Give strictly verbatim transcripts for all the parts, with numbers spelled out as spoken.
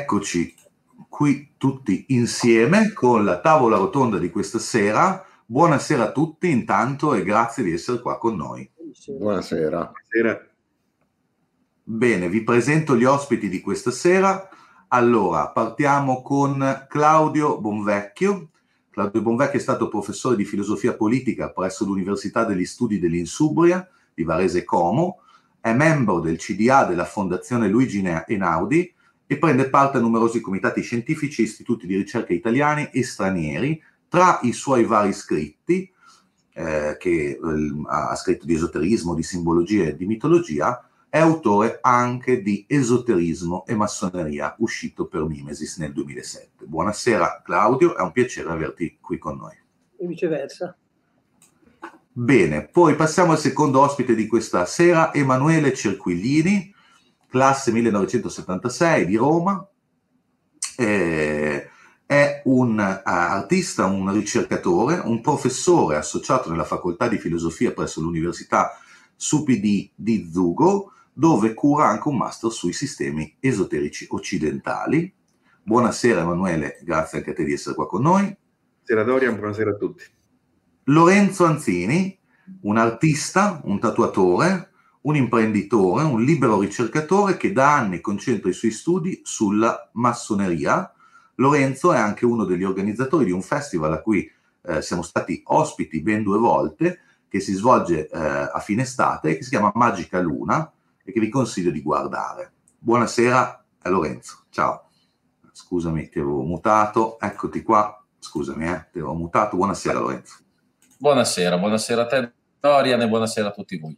Eccoci qui tutti insieme con la tavola rotonda di questa sera. Buonasera a tutti intanto e grazie di essere qua con noi. Buonasera. Buonasera. Bene, vi presento gli ospiti di questa sera. Allora, partiamo con Claudio Bonvecchio. Claudio Bonvecchio è stato professore di filosofia politica presso l'Università degli Studi dell'Insubria di Varese Como, è membro del C D A della Fondazione Luigi Einaudi e prende parte a numerosi comitati scientifici e istituti di ricerca italiani e stranieri. Tra i suoi vari scritti, eh, che eh, ha scritto di esoterismo, di simbologia e di mitologia, è autore anche di Esoterismo e Massoneria, uscito per Mimesis nel duemilasette. Buonasera Claudio, è un piacere averti qui con noi. E viceversa. Bene, poi passiamo al secondo ospite di questa sera, Emanuele Cerquiglini, classe millenovecentosettantasei di Roma. Eh, è un uh, artista, un ricercatore, un professore associato nella facoltà di filosofia presso l'Università S U P I di Zugo, dove cura anche un master sui sistemi esoterici occidentali. Buonasera Emanuele, grazie anche a te di essere qua con noi. Buonasera Dorian, buonasera a tutti. Lorenzo Anzini, un artista, un tatuatore, un imprenditore, un libero ricercatore che da anni concentra i suoi studi sulla massoneria. Lorenzo è anche uno degli organizzatori di un festival a cui eh, siamo stati ospiti ben due volte, che si svolge eh, a fine estate e che si chiama Magica Luna e che vi consiglio di guardare. Buonasera a Lorenzo, ciao. Scusami, ti avevo mutato, eccoti qua, scusami, eh, ti avevo mutato. Buonasera Lorenzo. Buonasera, buonasera a te Dorian e buonasera a tutti voi.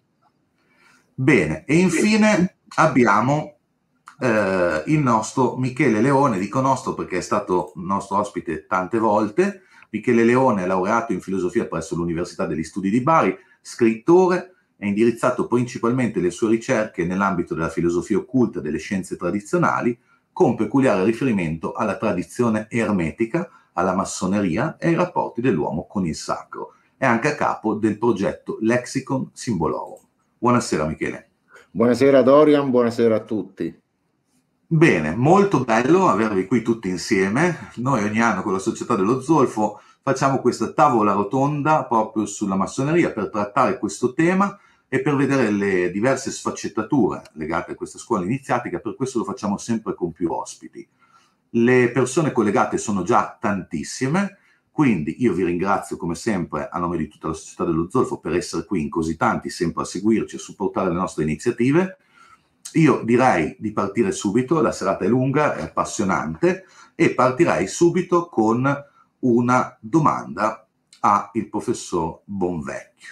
Bene, e infine abbiamo eh, il nostro Michele Leone, dico nostro perché è stato nostro ospite tante volte. Michele Leone è laureato in filosofia presso l'Università degli Studi di Bari, scrittore, è indirizzato principalmente le sue ricerche nell'ambito della filosofia occulta e delle scienze tradizionali, con peculiare riferimento alla tradizione ermetica, alla massoneria e ai rapporti dell'uomo con il sacro. È anche a capo del progetto Lexicon Symbolorum. Buonasera Michele. Buonasera Dorian, buonasera a tutti. Bene, molto bello avervi qui tutti insieme. Noi ogni anno con la Società dello Zolfo facciamo questa tavola rotonda proprio sulla massoneria per trattare questo tema e per vedere le diverse sfaccettature legate a questa scuola iniziatica. Per questo lo facciamo sempre con più ospiti. Le persone collegate sono già tantissime, quindi io vi ringrazio come sempre a nome di tutta la Società dello Zolfo per essere qui in così tanti, sempre a seguirci, a supportare le nostre iniziative. Io direi di partire subito, la serata è lunga, è appassionante e partirei subito con una domanda al professor Bonvecchio.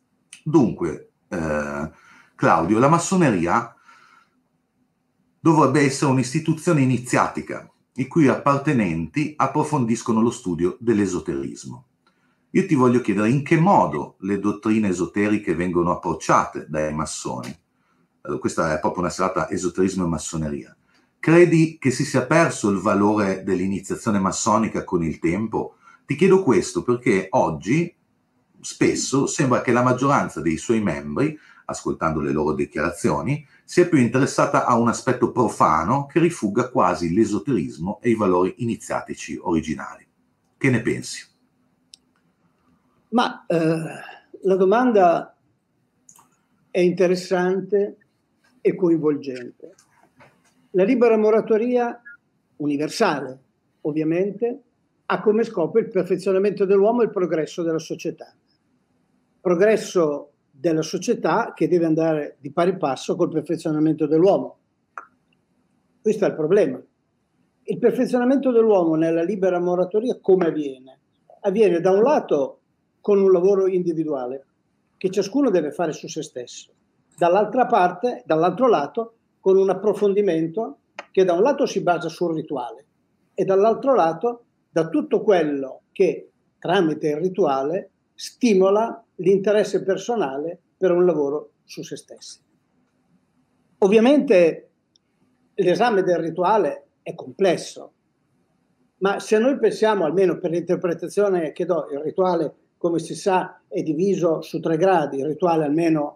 Dunque, eh, Claudio, la massoneria dovrebbe essere un'istituzione iniziatica i cui appartenenti approfondiscono lo studio dell'esoterismo. Io ti voglio chiedere in che modo le dottrine esoteriche vengono approcciate dai massoni. Allora, questa è proprio una serata esoterismo e massoneria. Credi che si sia perso il valore dell'iniziazione massonica con il tempo? Ti chiedo questo perché oggi spesso sembra che la maggioranza dei suoi membri, ascoltando le loro dichiarazioni, sia più interessata a un aspetto profano che rifugga quasi l'esoterismo e i valori iniziatici originali. Che ne pensi? Ma eh, la domanda è interessante e coinvolgente. La libera moratoria universale, ovviamente, ha come scopo il perfezionamento dell'uomo e il progresso della società. Progresso della società che deve andare di pari passo col perfezionamento dell'uomo. Questo è il problema. Il perfezionamento dell'uomo nella libera moratoria come avviene? Avviene da un lato con un lavoro individuale che ciascuno deve fare su se stesso, dall'altra parte, dall'altro lato, con un approfondimento che da un lato si basa sul rituale e dall'altro lato da tutto quello che tramite il rituale stimola l'interesse personale per un lavoro su se stessi. Ovviamente l'esame del rituale è complesso, ma se noi pensiamo, almeno per l'interpretazione che do, il rituale, come si sa, è diviso su tre gradi, il rituale almeno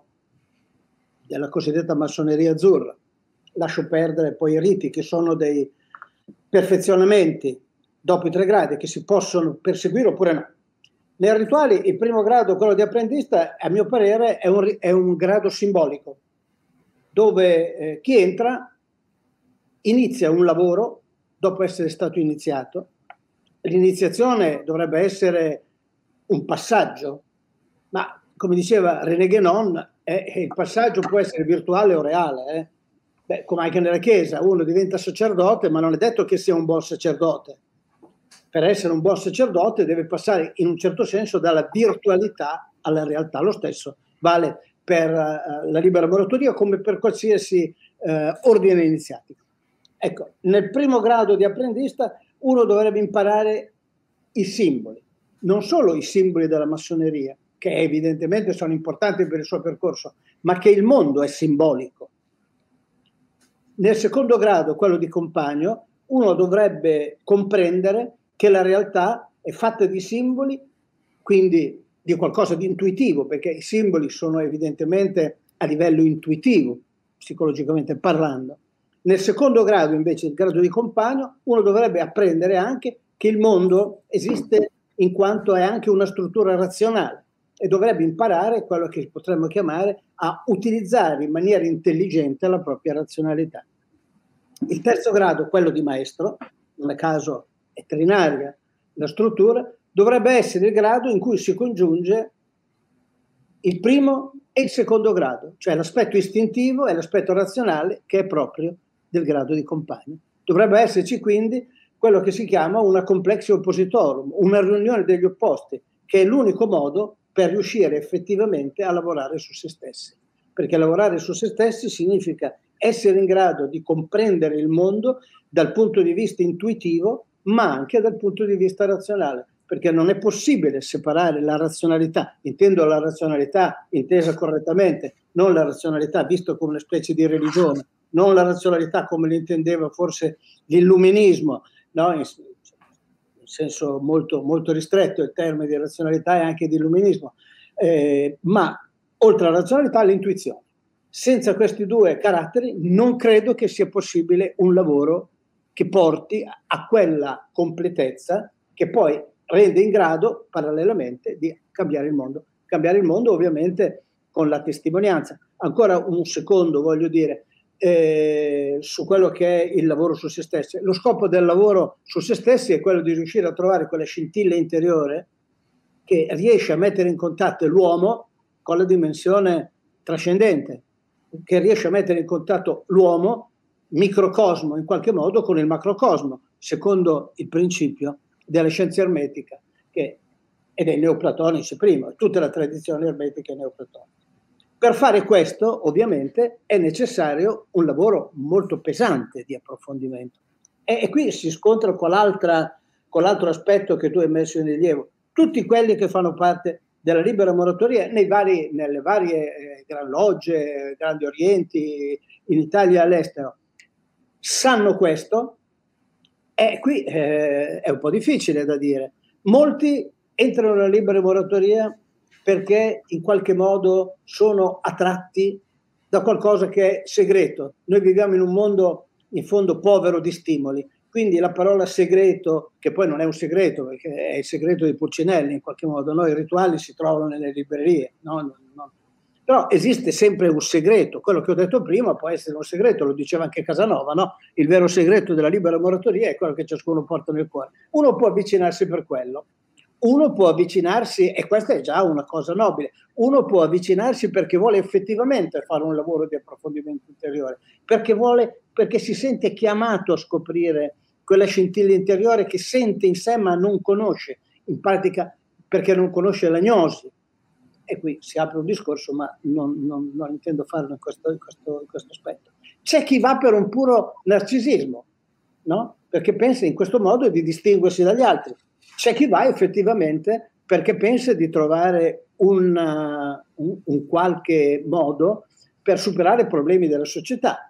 della cosiddetta massoneria azzurra. Lascio perdere poi i riti, che sono dei, perfezionamenti dopo i tre gradi che si possono perseguire oppure no. Nei rituali il primo grado, quello di apprendista, a mio parere è un, è un grado simbolico, dove eh, chi entra inizia un lavoro dopo essere stato iniziato. L'iniziazione dovrebbe essere un passaggio, ma come diceva René Guénon, eh, il passaggio può essere virtuale o reale. Eh. Beh, come anche nella Chiesa, uno diventa sacerdote, ma non è detto che sia un buon sacerdote. Per essere un buon sacerdote deve passare in un certo senso dalla virtualità alla realtà. Lo stesso vale per uh, la libera moratoria come per qualsiasi uh, ordine iniziatico. Ecco, nel primo grado di apprendista uno dovrebbe imparare i simboli, non solo i simboli della massoneria, che evidentemente sono importanti per il suo percorso, ma che il mondo è simbolico. Nel secondo grado, quello di compagno, uno dovrebbe comprendere che la realtà è fatta di simboli, quindi di qualcosa di intuitivo, perché i simboli sono evidentemente a livello intuitivo, psicologicamente parlando. Nel secondo grado, invece, il grado di compagno, uno dovrebbe apprendere anche che il mondo esiste in quanto è anche una struttura razionale e dovrebbe imparare quello che potremmo chiamare a utilizzare in maniera intelligente la propria razionalità. Il terzo grado, quello di maestro, non a caso è trinaria la struttura, dovrebbe essere il grado in cui si congiunge il primo e il secondo grado, cioè l'aspetto istintivo e l'aspetto razionale che è proprio del grado di compagno. Dovrebbe esserci quindi quello che si chiama una complexio oppositorum, una riunione degli opposti, che è l'unico modo per riuscire effettivamente a lavorare su se stessi. Perché lavorare su se stessi significa essere in grado di comprendere il mondo dal punto di vista intuitivo, ma anche dal punto di vista razionale, perché non è possibile separare la razionalità, intendo la razionalità intesa correttamente, non la razionalità vista come una specie di religione, non la razionalità come l'intendeva forse l'illuminismo, no? in, in senso molto, molto ristretto il termine di razionalità e anche di illuminismo, eh, ma oltre alla razionalità l'intuizione. Senza questi due caratteri non credo che sia possibile un lavoro che porti a quella completezza che poi rende in grado parallelamente di cambiare il mondo. Cambiare il mondo ovviamente con la testimonianza. Ancora un secondo voglio dire eh, su quello che è il lavoro su se stessi. Lo scopo del lavoro su se stessi è quello di riuscire a trovare quella scintilla interiore che riesce a mettere in contatto l'uomo con la dimensione trascendente, che riesce a mettere in contatto l'uomo microcosmo in qualche modo con il macrocosmo, secondo il principio della scienza ermetica che è dei neoplatonici prima, tutta la tradizione ermetica è neoplatonica. Per fare questo ovviamente è necessario un lavoro molto pesante di approfondimento e, e qui si scontra con, l'altra, con l'altro aspetto che tu hai messo in rilievo. Tutti quelli che fanno parte della libera moratoria nei vari, nelle varie eh, gran logge, grandi orienti, in Italia e all'estero, sanno questo e qui eh, è un po' difficile da dire. Molti entrano nella libera moratoria perché in qualche modo sono attratti da qualcosa che è segreto. Noi viviamo in un mondo in fondo povero di stimoli, quindi la parola segreto, che poi non è un segreto perché è il segreto di Pulcinelli in qualche modo, no? I rituali si trovano nelle librerie, no? No, no. Però esiste sempre un segreto, quello che ho detto prima può essere un segreto, lo diceva anche Casanova, no? Il vero segreto della libera moratoria è quello che ciascuno porta nel cuore. Uno può avvicinarsi per quello, uno può avvicinarsi, e questa è già una cosa nobile, uno può avvicinarsi perché vuole effettivamente fare un lavoro di approfondimento interiore, perché vuole, perché si sente chiamato a scoprire quella scintilla interiore che sente in sé ma non conosce, in pratica perché non conosce l'agnosi. E qui si apre un discorso, ma non, non, non intendo farlo in questo, in, questo, in questo aspetto. C'è chi va per un puro narcisismo, no? Perché pensa in questo modo di distinguersi dagli altri. C'è chi va effettivamente perché pensa di trovare un, uh, un, un qualche modo per superare i problemi della società.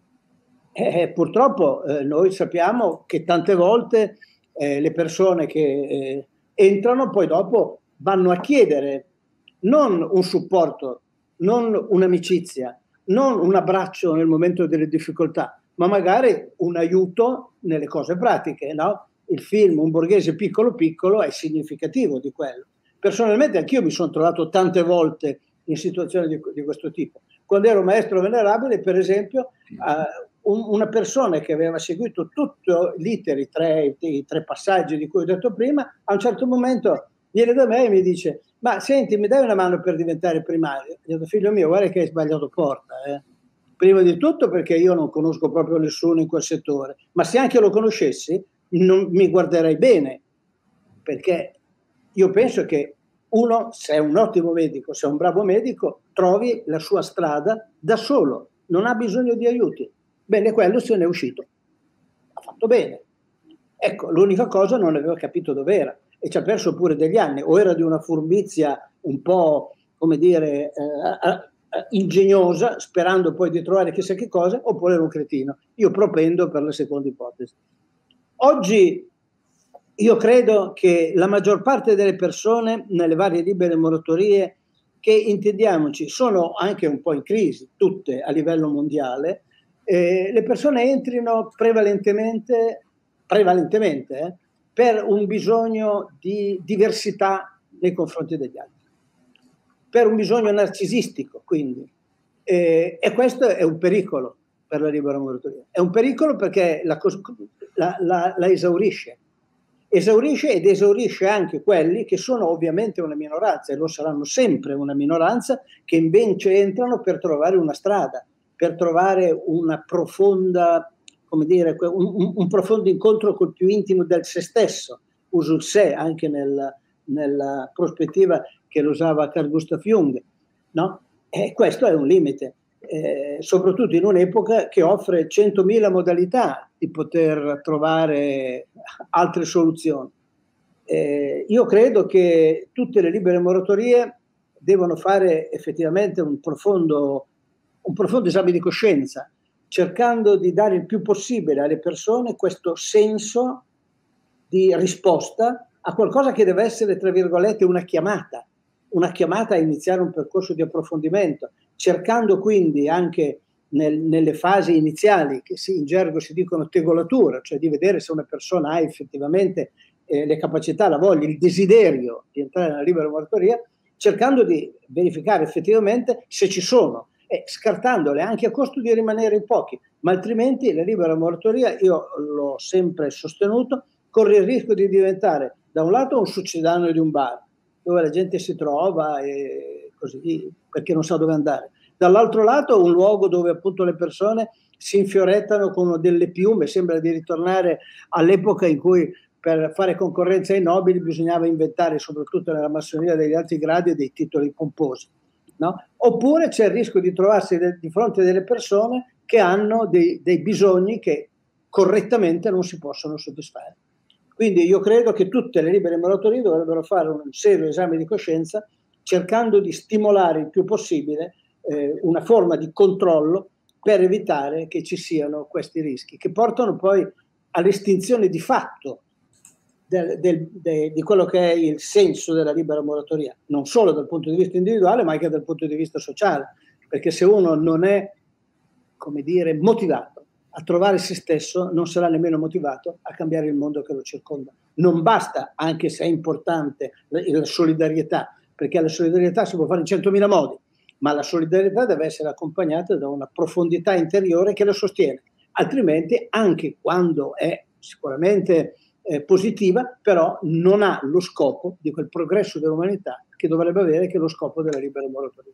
E purtroppo eh, noi sappiamo che tante volte eh, le persone che eh, entrano poi dopo vanno a chiedere non un supporto, non un'amicizia, non un abbraccio nel momento delle difficoltà, ma magari un aiuto nelle cose pratiche, no? Il film Un borghese piccolo piccolo è significativo di quello. Personalmente anch'io mi sono trovato tante volte in situazioni di, di questo tipo. Quando ero maestro venerabile, per esempio, uh, un, una persona che aveva seguito tutto l'iter, i tre, i tre passaggi di cui ho detto prima, a un certo momento viene da me e mi dice: ma senti, mi dai una mano per diventare primario? Io ho detto: figlio mio, guarda che hai sbagliato porta, eh. Prima di tutto perché io non conosco proprio nessuno in quel settore, ma se anche lo conoscessi non mi guarderei bene, perché io penso che uno, se è un ottimo medico, se è un bravo medico, trovi la sua strada da solo, non ha bisogno di aiuti. Bene, quello se ne è uscito, ha fatto bene. Ecco, l'unica cosa non aveva capito dov'era e ci ha perso pure degli anni, o era di una furbizia un po', come dire, eh, ingegnosa, sperando poi di trovare chissà che cosa, oppure era un cretino. Io propendo per la seconda ipotesi. Oggi io credo che la maggior parte delle persone nelle varie libere moratorie, che intendiamoci sono anche un po' in crisi, tutte a livello mondiale, eh, le persone entrino prevalentemente, prevalentemente eh, per un bisogno di diversità nei confronti degli altri, per un bisogno narcisistico, quindi. Eh, e questo è un pericolo per la libera moratoria. È un pericolo perché la, la, la, la esaurisce. Esaurisce ed esaurisce anche quelli che sono ovviamente una minoranza e lo saranno sempre una minoranza, che invece entrano per trovare una strada, per trovare una profonda, come dire, un, un profondo incontro col più intimo del se stesso. Uso il sé anche nel, nella prospettiva che lo usava Carl Gustav Jung, no? E questo è un limite. Eh, soprattutto in un'epoca che offre centomila modalità di poter trovare altre soluzioni. Eh, io credo che tutte le libere moratorie devono fare effettivamente un profondo, un profondo esame di coscienza, cercando di dare il più possibile alle persone questo senso di risposta a qualcosa che deve essere, tra virgolette, una chiamata, una chiamata a iniziare un percorso di approfondimento, cercando quindi anche nel, nelle fasi iniziali, che si, in gergo si dicono tegolatura, cioè di vedere se una persona ha effettivamente eh, le capacità, la voglia, il desiderio di entrare nella libera moratoria, cercando di verificare effettivamente se ci sono e scartandole anche a costo di rimanere in pochi, ma altrimenti la libera moratoria, io l'ho sempre sostenuto, corre il rischio di diventare da un lato un succedaneo di un bar, dove la gente si trova e così, perché non sa dove andare. Dall'altro lato un luogo dove appunto le persone si infiorettano con delle piume, sembra di ritornare all'epoca in cui per fare concorrenza ai nobili bisognava inventare, soprattutto nella massoneria degli alti gradi, dei titoli pomposi, no? Oppure c'è il rischio di trovarsi de- di fronte a delle persone che hanno dei, dei bisogni che correttamente non si possono soddisfare. Quindi io credo che tutte le libere moratorie dovrebbero fare un serio esame di coscienza, cercando di stimolare il più possibile eh, una forma di controllo per evitare che ci siano questi rischi, che portano poi all'estinzione di fatto del, del, de, di quello che è il senso della libera moratoria, non solo dal punto di vista individuale, ma anche dal punto di vista sociale, perché se uno non è, come dire, motivato a trovare se stesso, non sarà nemmeno motivato a cambiare il mondo che lo circonda. Non basta, anche se è importante, la, la solidarietà, perché la solidarietà si può fare in centomila modi, ma la solidarietà deve essere accompagnata da una profondità interiore che la sostiene, altrimenti anche quando è sicuramente eh, positiva, però non ha lo scopo di quel progresso dell'umanità che dovrebbe avere, che è lo scopo della libera moratoria.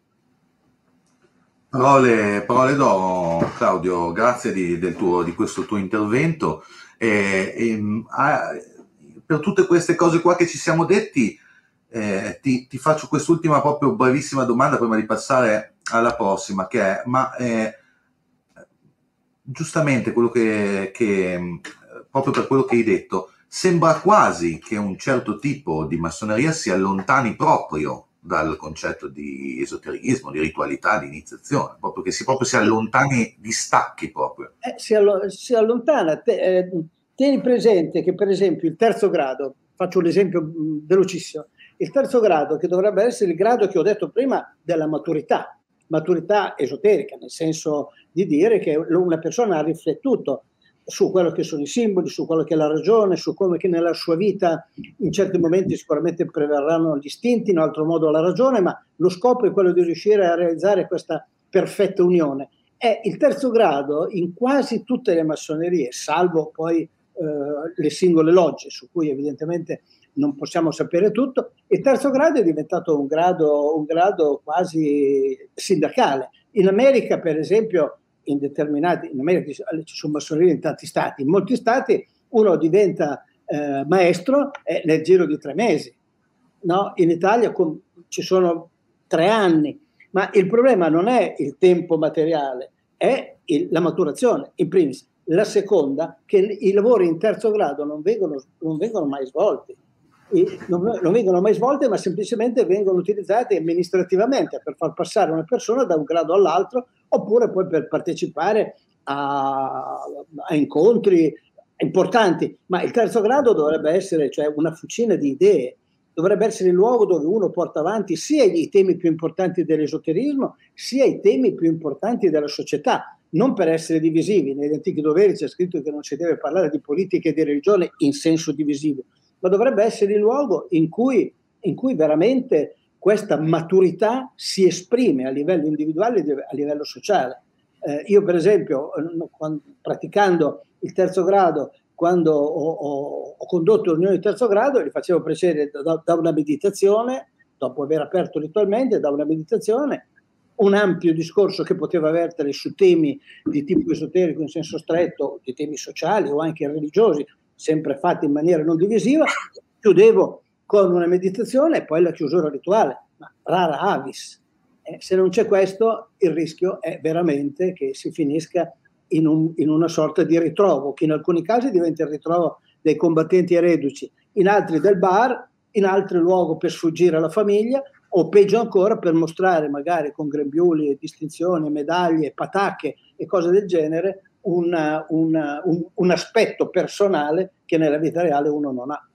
Parole, parole d'oro, Claudio, grazie di, del tuo, di questo tuo intervento. E, e, a, per tutte queste cose qua che ci siamo detti, eh, ti, ti faccio quest'ultima proprio brevissima domanda prima di passare alla prossima, che è, ma eh, giustamente quello che, che, proprio per quello che hai detto, sembra quasi che un certo tipo di massoneria si allontani proprio dal concetto di esoterismo, di ritualità, di iniziazione, proprio che si, proprio si allontani, distacchi proprio. Eh, si, allo- si allontana. Te, eh, tieni presente che per esempio il terzo grado, faccio un esempio mh, velocissimo, il terzo grado che dovrebbe essere il grado che ho detto prima della maturità, maturità esoterica, nel senso di dire che una persona ha riflettuto su quello che sono i simboli, su quello che è la ragione, su come che nella sua vita in certi momenti sicuramente prevarranno gli istinti, in altro modo la ragione, ma lo scopo è quello di riuscire a realizzare questa perfetta unione. È il terzo grado in quasi tutte le massonerie, salvo poi eh, le singole logge, su cui evidentemente non possiamo sapere tutto. Il terzo grado è diventato un grado, un grado quasi sindacale. In America, per esempio, in determinati, in America ci sono massonerie in tanti stati, in molti stati uno diventa eh, maestro eh, nel giro di tre mesi, no? In Italia con, ci sono tre anni, ma il problema non è il tempo materiale, è il, la maturazione, in primis. La seconda, che i lavori in terzo grado non vengono, non vengono mai svolti. Non, non vengono mai svolte, ma semplicemente vengono utilizzate amministrativamente per far passare una persona da un grado all'altro, oppure poi per partecipare a, a incontri importanti. Ma il terzo grado dovrebbe essere, cioè, una fucina di idee, dovrebbe essere il luogo dove uno porta avanti sia i temi più importanti dell'esoterismo, sia i temi più importanti della società, non per essere divisivi. Negli antichi doveri c'è scritto che non si deve parlare di politica e di religione in senso divisivo, ma dovrebbe essere il luogo in cui, in cui veramente questa maturità si esprime a livello individuale e a livello sociale. Eh, io per esempio, quando, praticando il terzo grado, quando ho, ho, ho condotto riunioni di terzo grado, li facevo precedere da, da una meditazione, dopo aver aperto ritualmente, da una meditazione, un ampio discorso che poteva vertere su temi di tipo esoterico in senso stretto, di temi sociali o anche religiosi, sempre fatti in maniera non divisiva. Chiudevo con una meditazione e poi la chiusura rituale, ma rara avis. Eh, se non c'è questo, il rischio è veramente che si finisca in, un, in una sorta di ritrovo, che in alcuni casi diventa il ritrovo dei combattenti e reduci, in altri del bar, in altri luogo per sfuggire alla famiglia, o peggio ancora per mostrare magari con grembiuli, distinzioni, medaglie, patacche e cose del genere Una, una, un, un aspetto personale che nella vita reale uno non ha.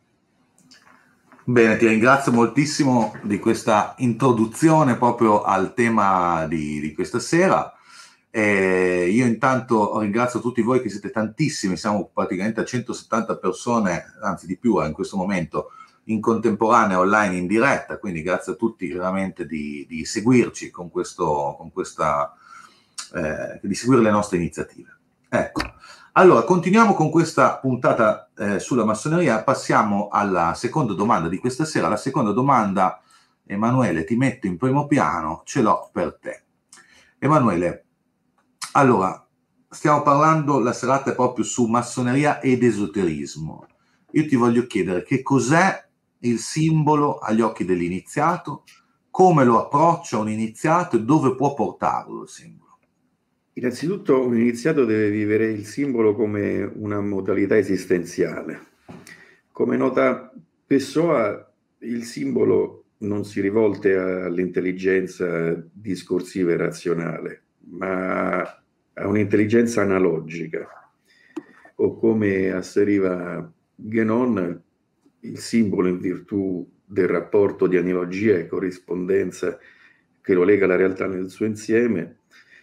Bene, ti ringrazio moltissimo di questa introduzione proprio al tema di, di questa sera. E io intanto ringrazio tutti voi che siete tantissimi, siamo praticamente a centosettanta persone, anzi di più in questo momento, in contemporanea online in diretta, quindi grazie a tutti veramente di, di seguirci con questo, con questa, eh, di seguire le nostre iniziative. Ecco, allora continuiamo con questa puntata eh, sulla massoneria, passiamo alla seconda domanda di questa sera. La seconda domanda, Emanuele, ti metto in primo piano, ce l'ho per te. Emanuele, allora, stiamo parlando, la serata è proprio su massoneria ed esoterismo. Io ti voglio chiedere che cos'è il simbolo agli occhi dell'iniziato, come lo approccia un iniziato e dove può portarlo il simbolo. Innanzitutto un iniziato deve vivere il simbolo come una modalità esistenziale. Come nota Pessoa, il simbolo non si rivolta all'intelligenza discorsiva e razionale, ma a un'intelligenza analogica, o come asseriva Guénon, il simbolo in virtù del rapporto di analogia e corrispondenza che lo lega alla realtà nel suo insieme,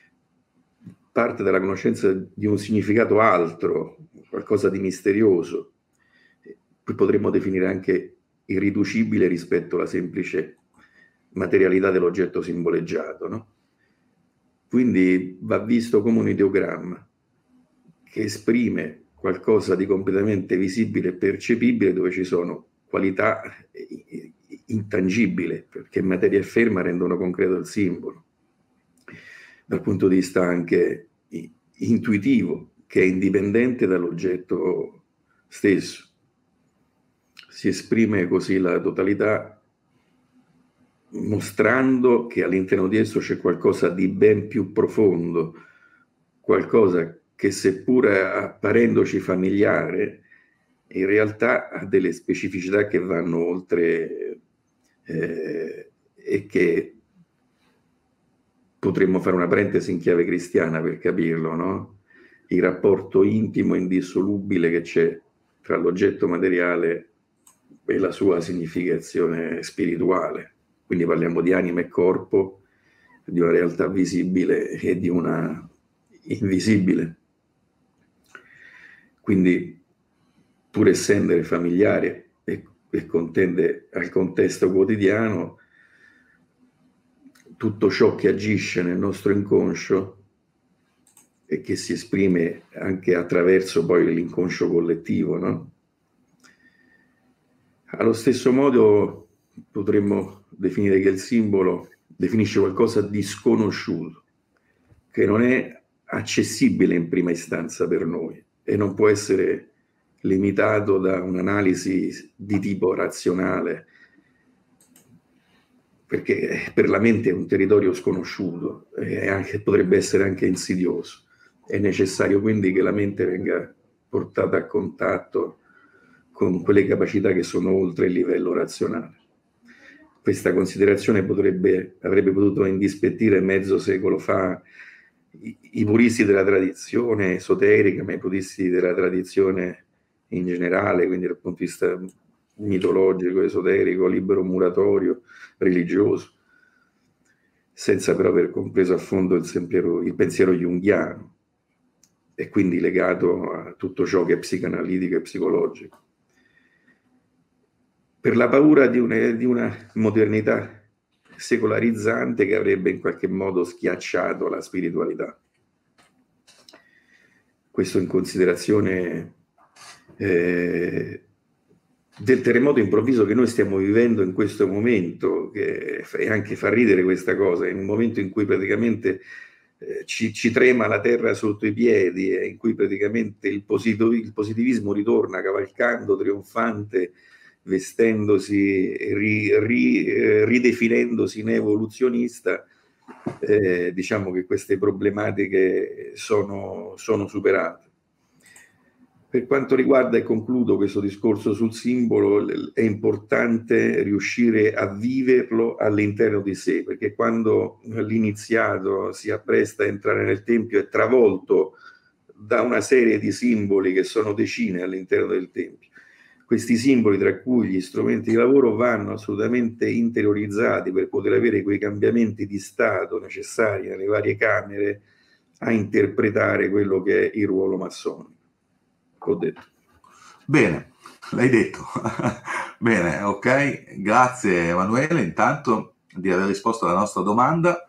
parte dalla conoscenza di un significato altro, qualcosa di misterioso, che potremmo definire anche irriducibile rispetto alla semplice materialità dell'oggetto simboleggiato, no? Quindi va visto come un ideogramma che esprime qualcosa di completamente visibile e percepibile, dove ci sono qualità intangibili, perché materia ferma rendono concreto il simbolo, dal punto di vista anche intuitivo, che è indipendente dall'oggetto stesso. Si esprime così la totalità, mostrando che all'interno di esso c'è qualcosa di ben più profondo, qualcosa che, seppur apparendoci familiare, in realtà ha delle specificità che vanno oltre eh, e che potremmo fare una parentesi in chiave cristiana per capirlo, no? Il rapporto intimo e indissolubile che c'è tra l'oggetto materiale e la sua significazione spirituale. Quindi parliamo di anima e corpo, di una realtà visibile e di una invisibile. Quindi, pur essendo familiare e, e contende al contesto quotidiano, tutto ciò che agisce nel nostro inconscio e che si esprime anche attraverso poi l'inconscio collettivo, no? Allo stesso modo potremmo definire che il simbolo definisce qualcosa di sconosciuto, che non è accessibile in prima istanza per noi e non può essere limitato da un'analisi di tipo razionale, perché per la mente è un territorio sconosciuto e anche, potrebbe essere anche insidioso. È necessario quindi che la mente venga portata a contatto con quelle capacità che sono oltre il livello razionale. Questa considerazione potrebbe, avrebbe potuto indispettire mezzo secolo fa i, i puristi della tradizione esoterica, ma i puristi della tradizione in generale, quindi dal punto di vista mitologico, esoterico, libero muratorio, religioso, senza però aver compreso a fondo il, sempiero, il pensiero junghiano e quindi legato a tutto ciò che è psicanalitico e psicologico. Per la paura di una, di una modernità secolarizzante che avrebbe in qualche modo schiacciato la spiritualità. Questo in considerazione eh, del terremoto improvviso che noi stiamo vivendo in questo momento, che anche fa ridere questa cosa, in un momento in cui praticamente eh, ci, ci trema la terra sotto i piedi e in cui praticamente il, positivo, il positivismo ritorna cavalcando, trionfante, vestendosi, ri, ri, eh, ridefinendosi in evoluzionista. Eh, diciamo che queste problematiche sono, sono superate. Per quanto riguarda, e concludo questo discorso sul simbolo, è importante riuscire a viverlo all'interno di sé, perché quando l'iniziato si appresta a entrare nel Tempio è travolto da una serie di simboli che sono decine all'interno del Tempio. Questi simboli, tra cui gli strumenti di lavoro, vanno assolutamente interiorizzati per poter avere quei cambiamenti di stato necessari nelle varie camere a interpretare quello che è il ruolo massonico. Ho detto. Bene, l'hai detto. Bene, ok. Grazie Emanuele intanto di aver risposto alla nostra domanda.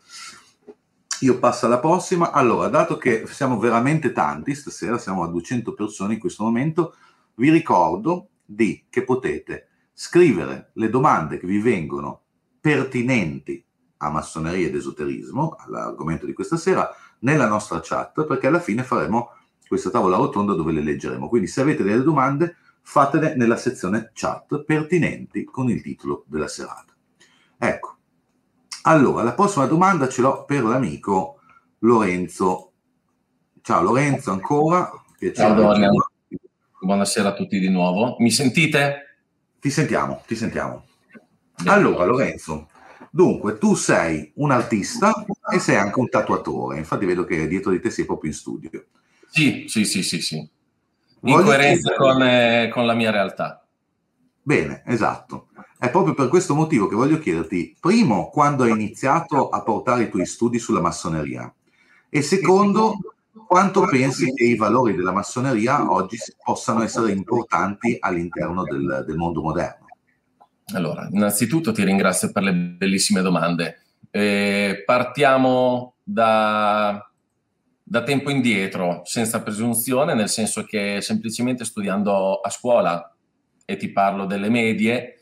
Io passo alla prossima. Allora, dato che siamo veramente tanti stasera, siamo a duecento persone in questo momento, vi ricordo di che potete scrivere le domande che vi vengono pertinenti a massoneria ed esoterismo, all'argomento di questa sera, nella nostra chat, perché alla fine faremo questa tavola rotonda dove le leggeremo. Quindi se avete delle domande, fatele nella sezione chat pertinenti con il titolo della serata. Ecco. Allora, la prossima domanda ce l'ho per l'amico Lorenzo. Ciao Lorenzo, ancora. Ciao Dorian. Buonasera a tutti di nuovo. Mi sentite? Ti sentiamo, ti sentiamo. Bene. Allora, Lorenzo, dunque, tu sei un artista e sei anche un tatuatore. Infatti vedo che dietro di te sei proprio in studio. Sì, sì, sì, sì, sì. In Voglio coerenza con, eh, con la mia realtà. Bene, esatto. È proprio per questo motivo che voglio chiederti, primo, quando hai iniziato a portare i tuoi studi sulla massoneria? E secondo, quanto pensi che i valori della massoneria oggi possano essere importanti all'interno del, del mondo moderno? Allora, innanzitutto ti ringrazio per le bellissime domande. Eh, partiamo da... da tempo indietro, senza presunzione, nel senso che semplicemente studiando a scuola, e ti parlo delle medie,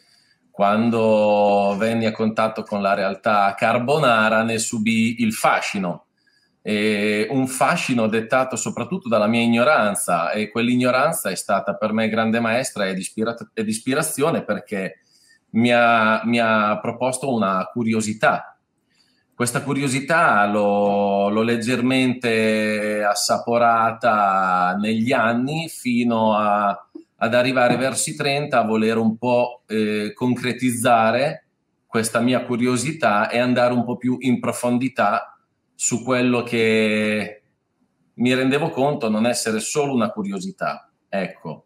quando venni a contatto con la realtà carbonara ne subì il fascino, e un fascino dettato soprattutto dalla mia ignoranza, e quell'ignoranza è stata per me grande maestra ed, ispira- ed ispirazione, perché mi ha, mi ha proposto una curiosità. Questa curiosità l'ho, l'ho leggermente assaporata negli anni, fino a, ad arrivare verso i trenta a voler un po' eh, concretizzare questa mia curiosità e andare un po' più in profondità su quello che mi rendevo conto non essere solo una curiosità. Ecco.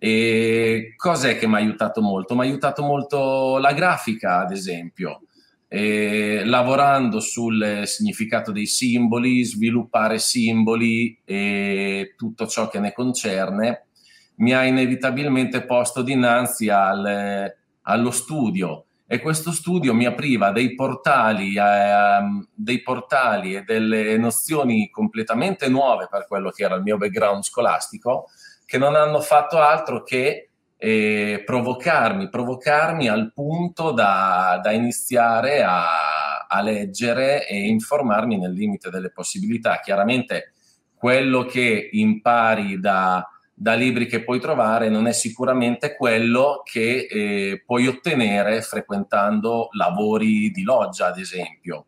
E cos'è che mi ha aiutato molto? Mi ha aiutato molto la grafica, ad esempio. eh, lavorando sul significato dei simboli, sviluppare simboli e tutto ciò che ne concerne, mi ha inevitabilmente posto dinanzi al, allo studio, e questo studio mi apriva dei portali, eh, dei portali e delle nozioni completamente nuove per quello che era il mio background scolastico, che non hanno fatto altro che e provocarmi, provocarmi al punto da, da iniziare a, a leggere e informarmi nel limite delle possibilità. Chiaramente quello che impari da, da libri che puoi trovare non è sicuramente quello che eh, puoi ottenere frequentando lavori di loggia, ad esempio.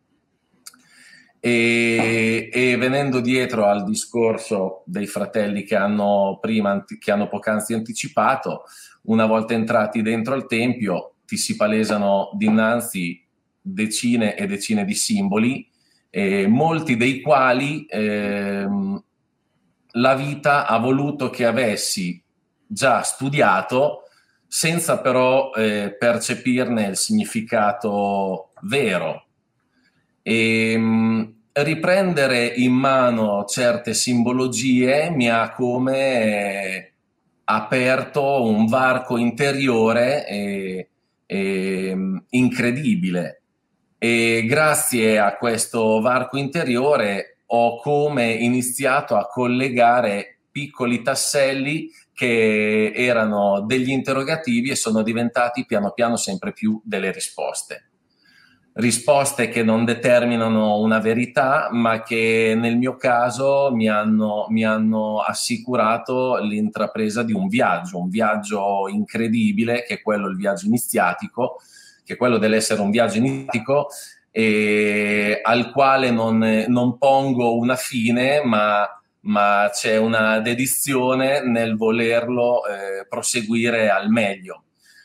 E, e venendo dietro al discorso dei fratelli che hanno prima, che hanno poc'anzi anticipato, una volta entrati dentro il tempio ti si palesano dinanzi decine e decine di simboli, eh, molti dei quali eh, la vita ha voluto che avessi già studiato, senza però eh, percepirne il significato vero. E mh, riprendere in mano certe simbologie mi ha come eh, aperto un varco interiore e, e, incredibile, e grazie a questo varco interiore ho come iniziato a collegare piccoli tasselli che erano degli interrogativi e sono diventati piano piano sempre più delle risposte. Risposte che non determinano una verità, ma che nel mio caso mi hanno, mi hanno assicurato l'intrapresa di un viaggio, un viaggio incredibile, che è quello, il viaggio iniziatico, che è quello dell'essere un viaggio iniziatico, e al quale non, non pongo una fine, ma, ma c'è una dedizione nel volerlo eh, proseguire al meglio.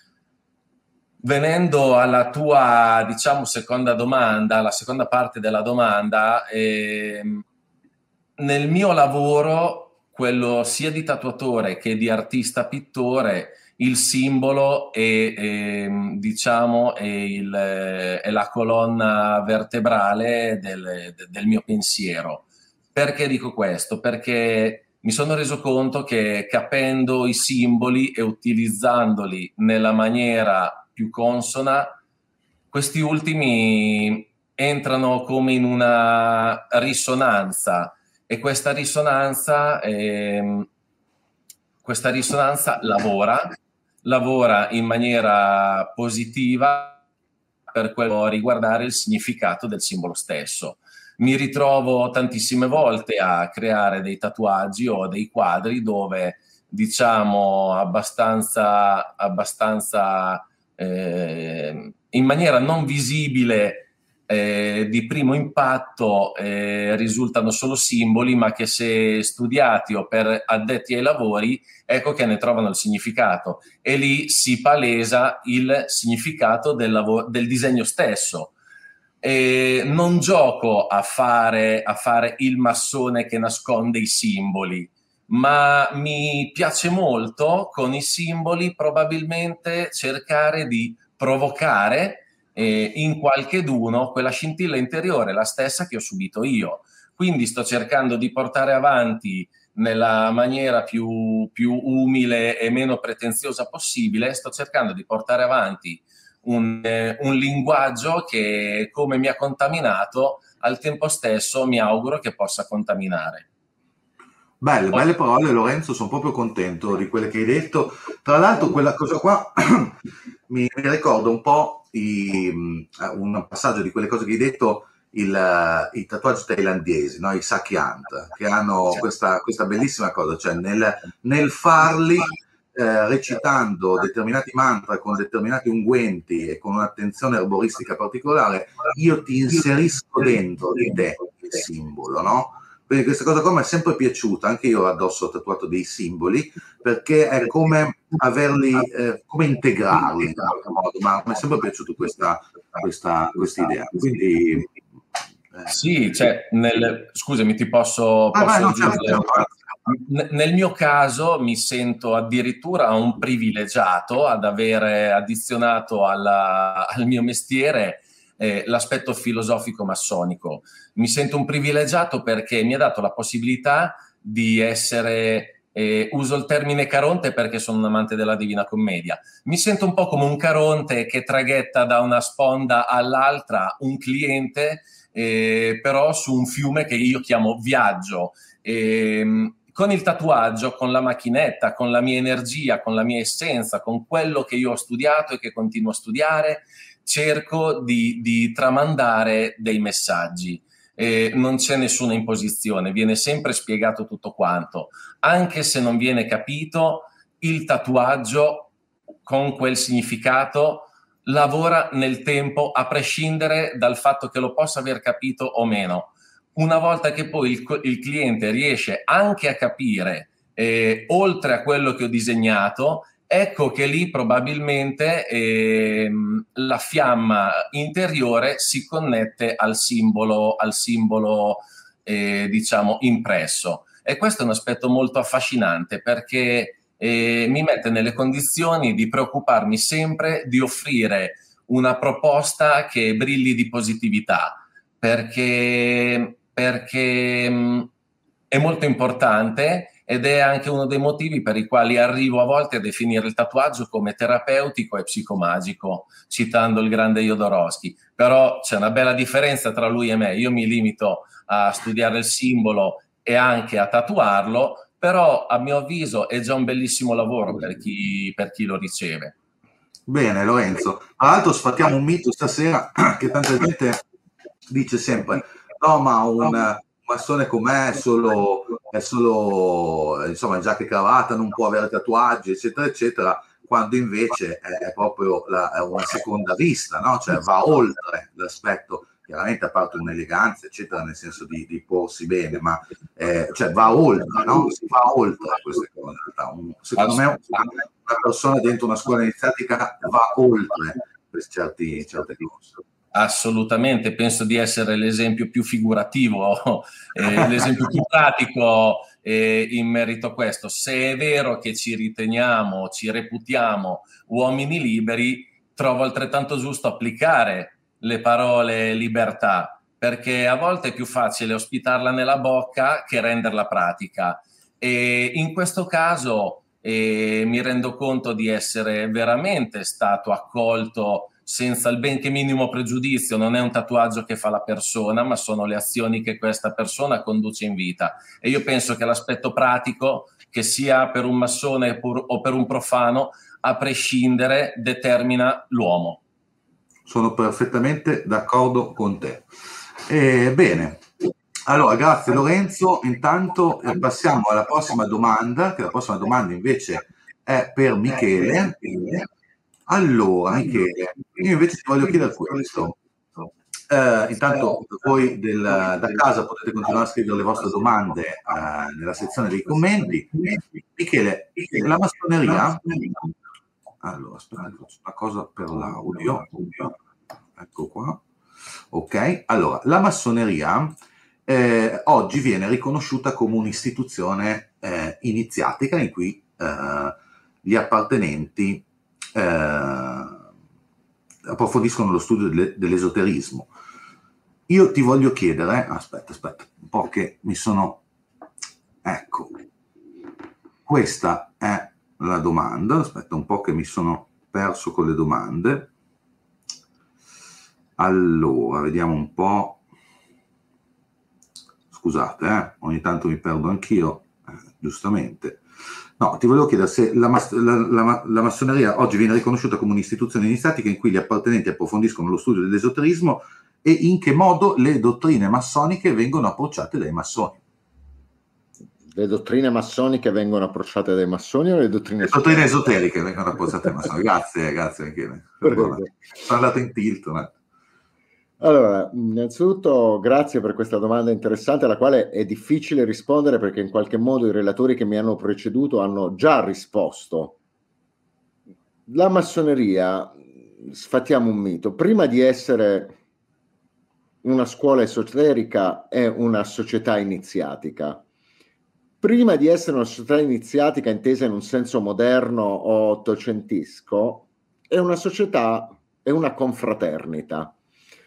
Venendo alla tua, diciamo, seconda domanda, la seconda parte della domanda, eh, nel mio lavoro, quello sia di tatuatore che di artista pittore, il simbolo è, è, diciamo, è, il, è la colonna vertebrale del, del mio pensiero. Perché dico questo? Perché mi sono reso conto che capendo i simboli e utilizzandoli nella maniera più consona, questi ultimi entrano come in una risonanza, e questa risonanza, eh, questa risonanza lavora, lavora in maniera positiva per quello riguardare il significato del simbolo stesso. Mi ritrovo tantissime volte a creare dei tatuaggi o dei quadri dove, diciamo, abbastanza, abbastanza eh, in maniera non visibile eh, di primo impatto eh, risultano solo simboli, ma che se studiati o per addetti ai lavori, ecco che ne trovano il significato, e lì si palesa il significato del, lavoro, del disegno stesso. E non gioco a fare, a fare il massone che nasconde i simboli, ma mi piace molto con i simboli probabilmente cercare di provocare eh, in qualcheduno quella scintilla interiore, la stessa che ho subito io. Quindi sto cercando di portare avanti nella maniera più, più umile e meno pretenziosa possibile, sto cercando di portare avanti un, eh, un linguaggio che, come mi ha contaminato, al tempo stesso mi auguro che possa contaminare. Belle, belle parole, Lorenzo, sono proprio contento di quelle che hai detto. Tra l'altro quella cosa qua mi, mi ricorda un po' i, un passaggio di quelle cose che hai detto, il, i tatuaggi thailandesi, no? I Sakyant, che hanno questa, questa bellissima cosa, cioè nel, nel farli eh, recitando determinati mantra con determinati unguenti e con un'attenzione erboristica particolare, io ti inserisco dentro di te il simbolo, no? Quindi questa cosa qua mi è sempre piaciuta, anche io addosso ho tatuato dei simboli, perché è come averli, eh, come integrarli in qualche modo, ma mi è sempre piaciuta questa, questa, questa idea. Quindi, eh. Sì, cioè, nel, scusami, ti posso, ah, posso vai, no, aggiungere? certo, certo. Nel mio caso mi sento addirittura un privilegiato ad avere addizionato alla, al mio mestiere eh, l'aspetto filosofico massonico. Mi sento un privilegiato perché mi ha dato la possibilità di essere, eh, uso il termine Caronte perché sono un amante della Divina Commedia, mi sento un po' come un Caronte che traghetta da una sponda all'altra un cliente, eh, però su un fiume che io chiamo viaggio. E, con il tatuaggio, con la macchinetta, con la mia energia, con la mia essenza, con quello che io ho studiato e che continuo a studiare, cerco di, di tramandare dei messaggi. Eh, non c'è nessuna imposizione, viene sempre spiegato tutto quanto. Anche se non viene capito, il tatuaggio con quel significato lavora nel tempo a prescindere dal fatto che lo possa aver capito o meno. Una volta che poi il, il cliente riesce anche a capire eh, oltre a quello che ho disegnato, ecco che lì probabilmente eh, la fiamma interiore si connette al simbolo, al simbolo eh, diciamo impresso. E questo è un aspetto molto affascinante perché eh, mi mette nelle condizioni di preoccuparmi sempre di offrire una proposta che brilli di positività, perché perché mh, è molto importante ed è anche uno dei motivi per i quali arrivo a volte a definire il tatuaggio come terapeutico e psicomagico, citando il grande Jodorowsky. Però c'è una bella differenza tra lui e me. Io mi limito a studiare il simbolo e anche a tatuarlo, però a mio avviso è già un bellissimo lavoro per chi, per chi lo riceve. Bene Lorenzo, tra l'altro sfattiamo un mito stasera che tanta gente dice sempre no, ma un massone com'è è solo, è solo insomma in giacca e cravatta, non può avere tatuaggi, eccetera, eccetera, quando invece è, è proprio la, è una seconda vista, no? Cioè va oltre l'aspetto, chiaramente a parte un'eleganza, eccetera, nel senso di, di porsi bene, ma eh, cioè va oltre, no? Si va oltre queste cose. Un, secondo me una persona dentro una scuola iniziatica va oltre per certi, certe cose. Assolutamente, penso di essere l'esempio più figurativo, eh, l'esempio più pratico eh, in merito a questo. Se è vero che ci riteniamo, ci reputiamo uomini liberi, trovo altrettanto giusto applicare le parole libertà, perché a volte è più facile ospitarla nella bocca che renderla pratica. E in questo caso eh, mi rendo conto di essere veramente stato accolto senza il benché minimo pregiudizio. Non è un tatuaggio che fa la persona, ma sono le azioni che questa persona conduce in vita. E io penso che l'aspetto pratico, che sia per un massone o per un profano, a prescindere, determina l'uomo. Sono perfettamente d'accordo con te. Eh, bene, allora grazie Lorenzo. Intanto eh, passiamo alla prossima domanda, che la prossima domanda invece è per Michele. Allora, Michele, io invece ti voglio chiedere questo. Eh, intanto voi del, da casa potete continuare a scrivere le vostre domande eh, nella sezione dei commenti. Michele, la massoneria... Allora, aspetta, faccio una cosa per l'audio. Ecco qua. Ok, allora, la massoneria eh, oggi viene riconosciuta come un'istituzione eh, iniziatica in cui eh, gli appartenenti Eh, approfondiscono lo studio de- dell'esoterismo. Io ti voglio chiedere, aspetta, aspetta, un po' che mi sono, ecco, questa è la domanda, aspetta un po' che mi sono perso con le domande. Allora, vediamo un po', scusate, eh, ogni tanto mi perdo anch'io, eh, giustamente. No, ti volevo chiedere se la, mas- la, la, la massoneria oggi viene riconosciuta come un'istituzione iniziatica in cui gli appartenenti approfondiscono lo studio dell'esoterismo e in che modo le dottrine massoniche vengono approcciate dai massoni. Le dottrine massoniche vengono approcciate dai massoni o le dottrine, le dottrine esoteriche vengono approcciate dai massoni? Grazie, grazie Michele. Sono andato in tilt. Ma... Allora, innanzitutto grazie per questa domanda interessante alla quale è difficile rispondere perché in qualche modo i relatori che mi hanno preceduto hanno già risposto. La massoneria, sfattiamo un mito, prima di essere una scuola esoterica è una società iniziatica. Prima di essere una società iniziatica intesa in un senso moderno o ottocentesco, è una società, è una confraternita.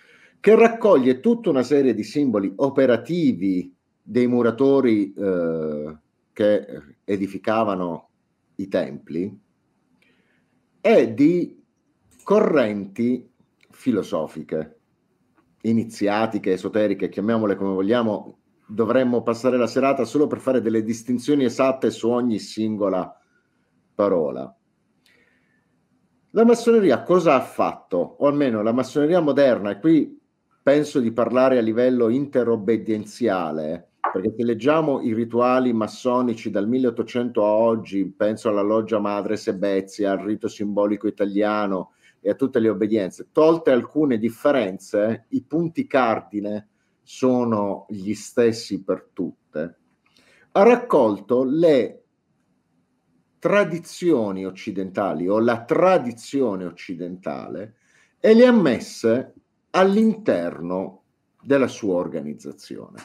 che raccoglie tutta una serie di simboli operativi dei muratori eh, che edificavano i templi e di correnti filosofiche, iniziatiche, esoteriche, chiamiamole come vogliamo. Dovremmo passare la serata solo per fare delle distinzioni esatte su ogni singola parola. La massoneria cosa ha fatto? O almeno la massoneria moderna, e qui penso di parlare a livello interobbedienziale, perché se leggiamo i rituali massonici dal milleottocento a oggi, penso alla loggia madre Sebezia, al rito simbolico italiano e a tutte le obbedienze, tolte alcune differenze, i punti cardine sono gli stessi per tutte, ha raccolto le tradizioni occidentali o la tradizione occidentale e le ha messe all'interno della sua organizzazione.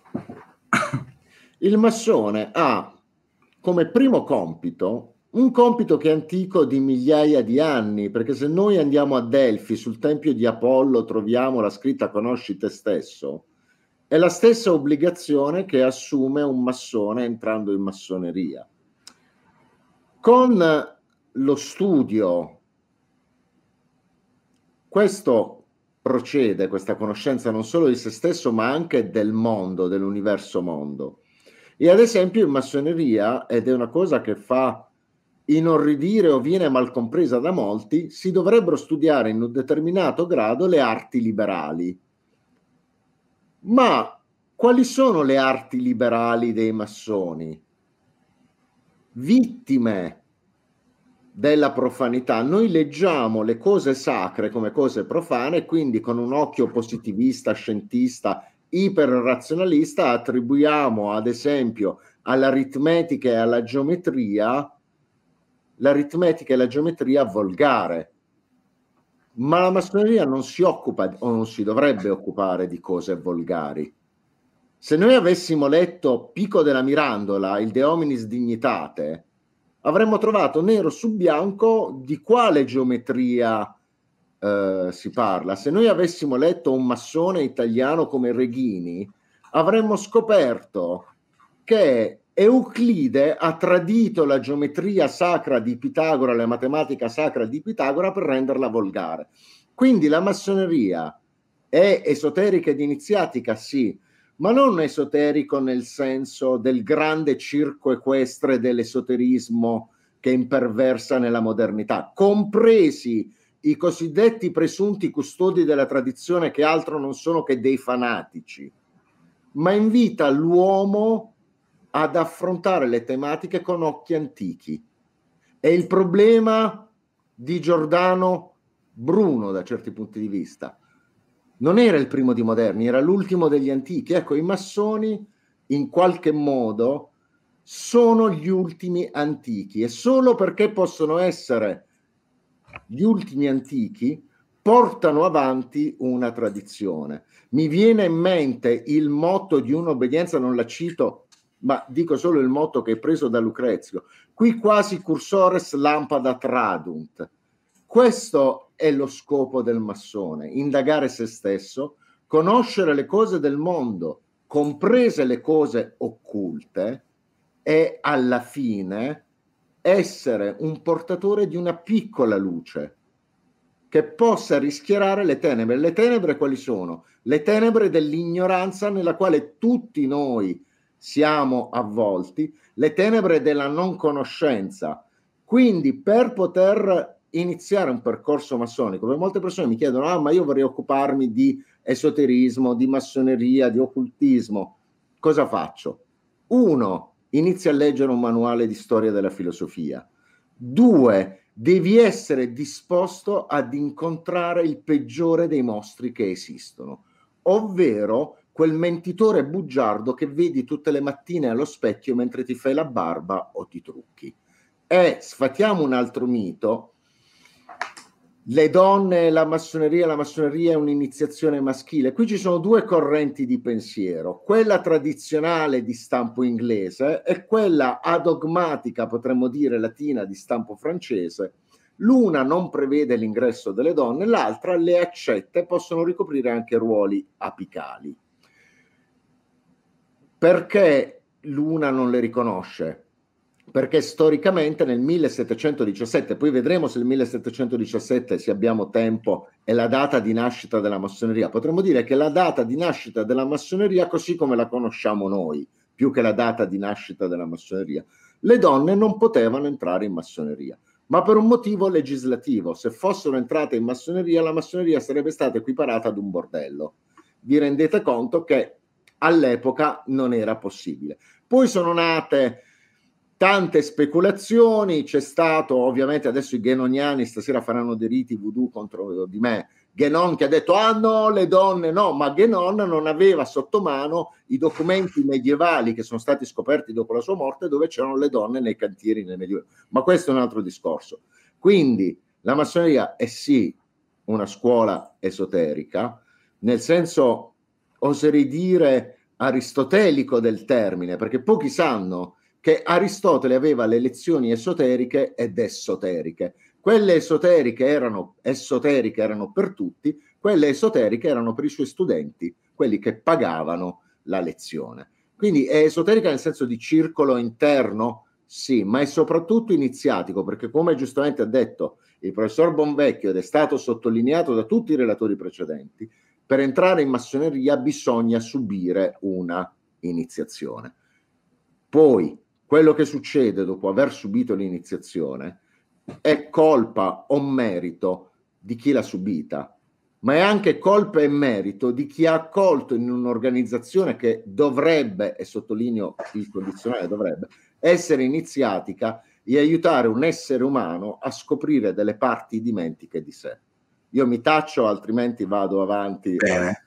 Il massone ha come primo compito un compito che è antico di migliaia di anni, perché se noi andiamo a Delfi, sul tempio di Apollo, troviamo la scritta "Conosci te stesso", è la stessa obbligazione che assume un massone entrando in massoneria. Con lo studio, questo procede, questa conoscenza non solo di se stesso, ma anche del mondo, dell'universo mondo. E ad esempio in massoneria, ed è una cosa che fa inorridire o viene mal compresa da molti, si dovrebbero studiare in un determinato grado le arti liberali. Ma quali sono le arti liberali dei massoni? Vittime della profanità. Noi leggiamo le cose sacre come cose profane, quindi con un occhio positivista, scientista, iperrazionalista attribuiamo ad esempio all'aritmetica e alla geometria l'aritmetica e la geometria volgare. Ma la massoneria non si occupa o non si dovrebbe occupare di cose volgari. Se noi avessimo letto Pico della Mirandola, il De Hominis Dignitate, avremmo trovato nero su bianco di quale geometria eh, si parla. Se noi avessimo letto un massone italiano come Reghini, avremmo scoperto che Euclide ha tradito la geometria sacra di Pitagora, la matematica sacra di Pitagora, per renderla volgare. Quindi la massoneria è esoterica ed iniziatica, sì, ma non esoterico nel senso del grande circo equestre dell'esoterismo che imperversa nella modernità, compresi i cosiddetti presunti custodi della tradizione, che altro non sono che dei fanatici, ma invita l'uomo ad affrontare le tematiche con occhi antichi. È il problema di Giordano Bruno da certi punti di vista. Non era il primo di moderni, era l'ultimo degli antichi. Ecco, i massoni in qualche modo sono gli ultimi antichi, e solo perché possono essere gli ultimi antichi portano avanti una tradizione. Mi viene in mente il motto di un'obbedienza, non la cito, ma dico solo il motto che è preso da Lucrezio: qui quasi cursores lampada tradunt. Questo è lo scopo del massone: indagare se stesso, conoscere le cose del mondo, comprese le cose occulte, e alla fine essere un portatore di una piccola luce che possa rischiarare le tenebre. Le tenebre quali sono? Le tenebre dell'ignoranza nella quale tutti noi siamo avvolti, le tenebre della non conoscenza. Quindi per poter iniziare un percorso massonico, perché molte persone mi chiedono: ah, ma io vorrei occuparmi di esoterismo, di massoneria, di occultismo, cosa faccio? Uno, inizia a leggere un manuale di storia della filosofia. Due, devi essere disposto ad incontrare il peggiore dei mostri che esistono, ovvero quel mentitore bugiardo che vedi tutte le mattine allo specchio mentre ti fai la barba o ti trucchi. E sfatiamo un altro mito: le donne e la massoneria, la massoneria è un'iniziazione maschile. Qui ci sono due correnti di pensiero, quella tradizionale di stampo inglese e quella adogmatica, potremmo dire latina, di stampo francese, L'una non prevede l'ingresso delle donne, l'altra le accetta e possono ricoprire anche ruoli apicali. Perché l'una non le riconosce? Perché storicamente nel millesettecentodiciassette, poi vedremo se il millesettecentodiciassette, se abbiamo tempo, è la data di nascita della massoneria. Potremmo dire che la data di nascita della massoneria, così come la conosciamo noi, più che la data di nascita della massoneria, le donne non potevano entrare in massoneria, ma per un motivo legislativo. Se fossero entrate in massoneria, la massoneria sarebbe stata equiparata ad un bordello. Vi rendete conto che all'epoca non era possibile. Poi sono nate tante speculazioni, c'è stato ovviamente, adesso i ghenoniani stasera faranno dei riti voodoo contro di me, Guénon che ha detto ah no, le donne no, ma Guénon non aveva sotto mano i documenti medievali che sono stati scoperti dopo la sua morte, dove c'erano le donne nei cantieri nel Medioevo. Ma questo è un altro discorso. Quindi la massoneria è sì una scuola esoterica, nel senso, oserei dire, aristotelico del termine, perché pochi sanno che Aristotele aveva le lezioni esoteriche ed esoteriche. Quelle esoteriche erano, esoteriche erano per tutti, quelle esoteriche erano per i suoi studenti, quelli che pagavano la lezione. Quindi è esoterica nel senso di circolo interno, sì, ma è soprattutto iniziatico, perché come giustamente ha detto il professor Bonvecchio, ed è stato sottolineato da tutti i relatori precedenti, per entrare in massoneria bisogna subire una iniziazione. Poi, quello che succede dopo aver subito l'iniziazione è colpa o merito di chi l'ha subita, ma è anche colpa e merito di chi ha accolto in un'organizzazione che dovrebbe, e sottolineo il condizionale dovrebbe, essere iniziatica e aiutare un essere umano a scoprire delle parti dimentiche di sé. Io mi taccio, altrimenti vado avanti. Bene.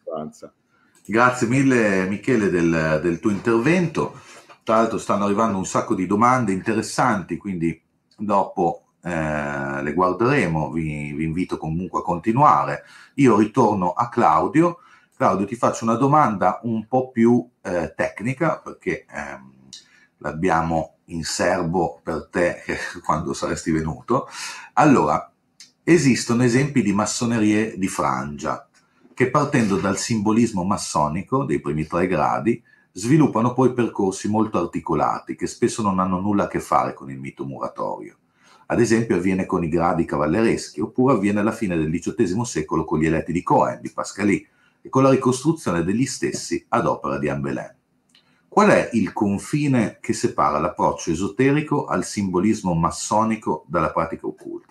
Grazie mille Michele del, del tuo intervento. Tra l'altro stanno arrivando un sacco di domande interessanti, quindi dopo eh, le guarderemo, vi, vi invito comunque a continuare. Io ritorno a Claudio. Claudio, ti faccio una domanda un po' più eh, tecnica, perché ehm, l'abbiamo in serbo per te quando saresti venuto. Allora, esistono esempi di massonerie di frangia, che partendo dal simbolismo massonico dei primi tre gradi, sviluppano poi percorsi molto articolati che spesso non hanno nulla a che fare con il mito muratorio. Ad esempio avviene con i gradi cavallereschi, oppure avviene alla fine del diciottesimo secolo con gli eletti di Cohen, di Pascali, e con la ricostruzione degli stessi ad opera di Ambelin. Qual è il confine che separa l'approccio esoterico al simbolismo massonico dalla pratica occulta?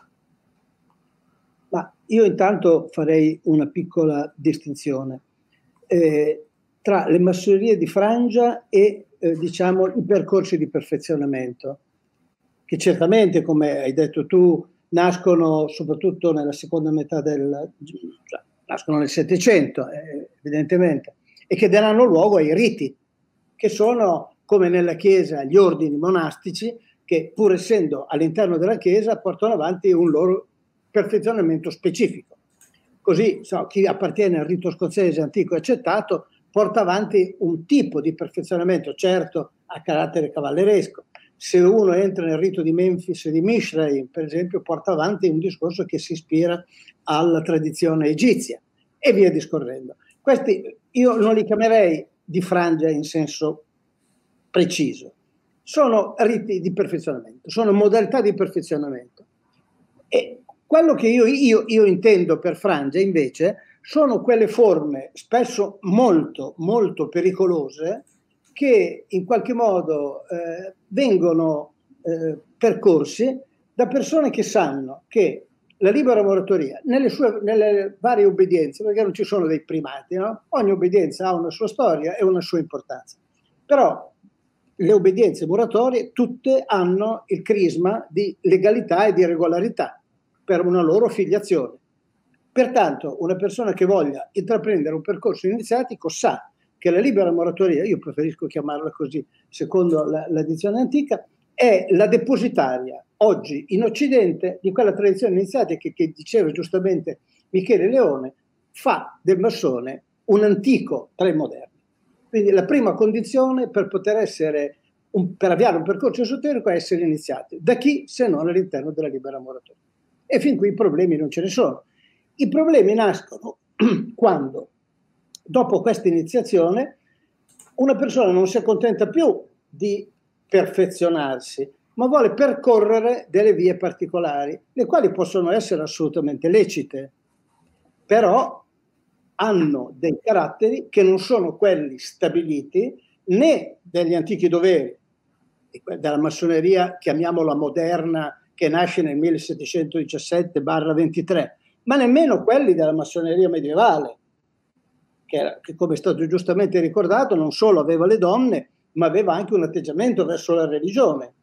Ma io intanto farei una piccola distinzione eh, tra le massonerie di frangia e eh, diciamo i percorsi di perfezionamento, che certamente, come hai detto tu, nascono soprattutto nella seconda metà del cioè, nascono nel Settecento, eh, evidentemente, e che daranno luogo ai riti, che sono, come nella Chiesa, gli ordini monastici, che pur essendo all'interno della Chiesa portano avanti un loro perfezionamento specifico. Così so, chi appartiene al rito scozzese antico e accettato porta avanti un tipo di perfezionamento, certo a carattere cavalleresco. Se uno entra nel rito di Memphis e di Mishraim, per esempio, porta avanti un discorso che si ispira alla tradizione egizia e via discorrendo. Questi io non li chiamerei di frangia in senso preciso. Sono riti di perfezionamento, sono modalità di perfezionamento. E quello che io, io, io intendo per frangia, invece, sono quelle forme spesso molto, molto pericolose che in qualche modo eh, vengono eh, percorsi da persone che sanno che la libera moratoria, nelle, sue, nelle varie obbedienze, perché non ci sono dei primati, no? Ogni obbedienza ha una sua storia e una sua importanza, però le obbedienze moratorie tutte hanno il crisma di legalità e di regolarità per una loro filiazione. Pertanto una persona che voglia intraprendere un percorso iniziatico sa che la libera moratoria, io preferisco chiamarla così secondo la, la dizione antica, è la depositaria oggi in Occidente di quella tradizione iniziatica che, che diceva giustamente Michele Leone, fa del massone un antico tra i moderni. Quindi la prima condizione per poter essere, un, per avviare un percorso esoterico è essere iniziati. Da chi se non all'interno della libera moratoria. E fin qui i problemi non ce ne sono. I problemi nascono quando, dopo questa iniziazione, una persona non si accontenta più di perfezionarsi, ma vuole percorrere delle vie particolari, le quali possono essere assolutamente lecite, però hanno dei caratteri che non sono quelli stabiliti né degli antichi doveri, della massoneria, chiamiamola moderna, che nasce nel millesettecentodiciassette ventitré, ma nemmeno quelli della massoneria medievale, che, che come è stato giustamente ricordato non solo aveva le donne, ma aveva anche un atteggiamento verso la religione.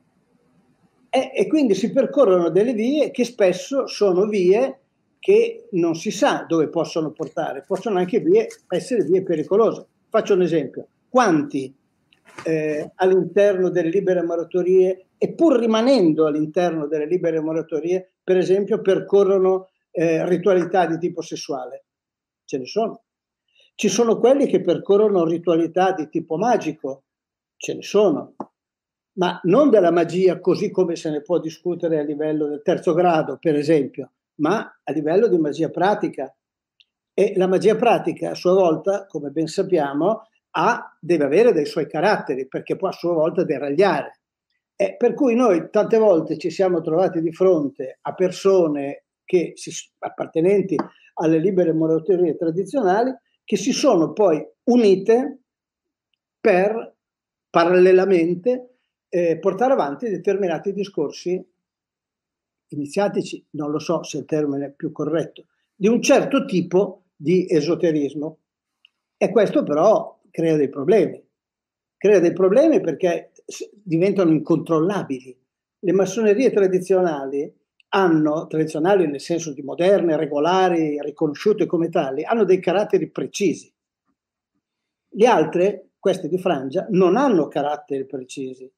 E, e quindi si percorrono delle vie che spesso sono vie che non si sa dove possono portare, possono anche vie, essere vie pericolose. Faccio un esempio: quanti eh, all'interno delle libere moratorie, e pur rimanendo all'interno delle libere moratorie, per esempio percorrono eh, ritualità di tipo sessuale? Ce ne sono. Ci sono quelli che percorrono ritualità di tipo magico? Ce ne sono. Ma non della magia così come se ne può discutere a livello del terzo grado, per esempio, ma a livello di magia pratica. E la magia pratica a sua volta, come ben sappiamo, ha, deve avere dei suoi caratteri, perché può a sua volta deragliare. E per cui noi tante volte ci siamo trovati di fronte a persone che si, appartenenti alle libere moratorie tradizionali, che si sono poi unite per parallelamente eh, portare avanti determinati discorsi iniziatici, non lo so se è il termine più corretto, di un certo tipo di esoterismo. E questo però crea dei problemi. Crea dei problemi perché diventano incontrollabili. Le massonerie tradizionali hanno, tradizionali nel senso di moderne, regolari, riconosciute come tali, hanno dei caratteri precisi. Le altre, queste di frangia, non hanno caratteri precisi.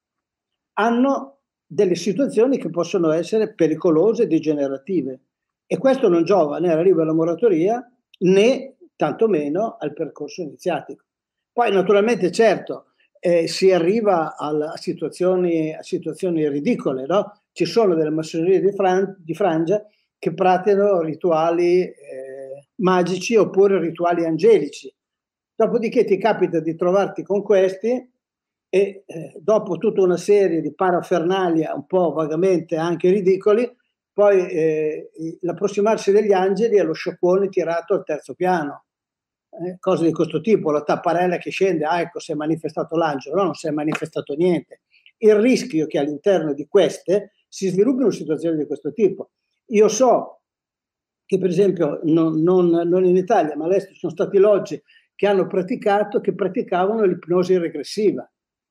Hanno delle situazioni che possono essere pericolose e degenerative. E questo non giova né alla libera moratoria né tantomeno al percorso iniziatico. Poi naturalmente certo eh, si arriva a situazioni, a situazioni ridicole, no? Ci sono delle massonerie di, fran- di frangia che praticano rituali eh, magici oppure rituali angelici. Dopodiché ti capita di trovarti con questi e eh, dopo tutta una serie di parafernalia un po' vagamente anche ridicoli, poi eh, l'approssimarsi degli angeli è lo sciacquone tirato al terzo piano. Eh, cose di questo tipo, la tapparella che scende, ah ecco si è manifestato l'angelo, no, non si è manifestato niente. Il rischio che all'interno di queste si sviluppino situazioni di questo tipo. Io so che per esempio non, non, non in Italia ma all'estero ci sono stati logge che hanno praticato, che praticavano l'ipnosi regressiva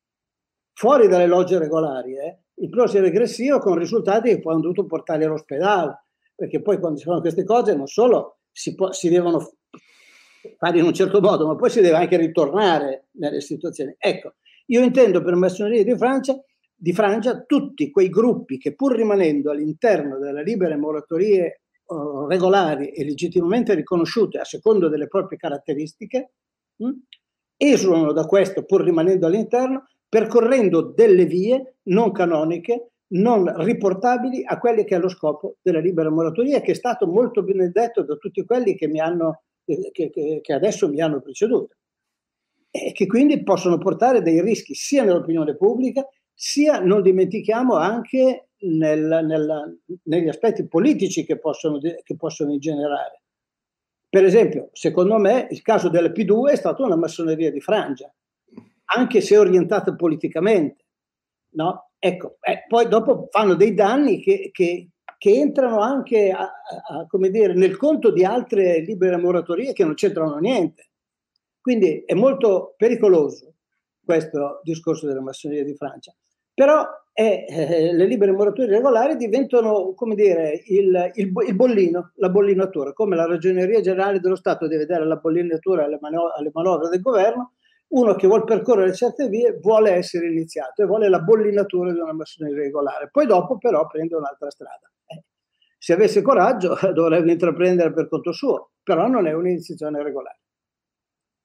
fuori dalle logge regolari, eh? Ipnosi regressiva con risultati che poi hanno dovuto portarli all'ospedale, perché poi quando si fanno queste cose non solo si, può, si devono fare in un certo modo, ma poi si deve anche ritornare nelle situazioni. Ecco, io intendo per massoneria di Francia, di Francia tutti quei gruppi che pur rimanendo all'interno delle libere moratorie uh, regolari e legittimamente riconosciute a secondo delle proprie caratteristiche, mh, esulano da questo pur rimanendo all'interno, percorrendo delle vie non canoniche, non riportabili a quelli che è lo scopo della libera moratoria, che è stato molto ben detto da tutti quelli che mi hanno Che, che, che adesso mi hanno preceduto e che quindi possono portare dei rischi sia nell'opinione pubblica sia, non dimentichiamo, anche nel, nel, negli aspetti politici che possono, che possono ingenerare. Per esempio, secondo me il caso della P due è stata una massoneria di frangia, anche se orientata politicamente, no? Ecco, eh, poi dopo fanno dei danni che, che che entrano anche a, a, come dire, nel conto di altre libere moratorie che non c'entrano niente. Quindi è molto pericoloso questo discorso della massoneria di Francia. Però è, eh, le libere moratorie regolari diventano, come dire, il, il, il bollino, la bollinatura, come la Ragioneria Generale dello Stato deve dare la bollinatura alle, mano- alle manovre del governo. Uno che vuole percorrere certe vie vuole essere iniziato e vuole la bollinatura di una massoneria regolare. Poi dopo però prende un'altra strada. Eh, se avesse coraggio dovrebbe intraprendere per conto suo, però non è un'iniziazione regolare.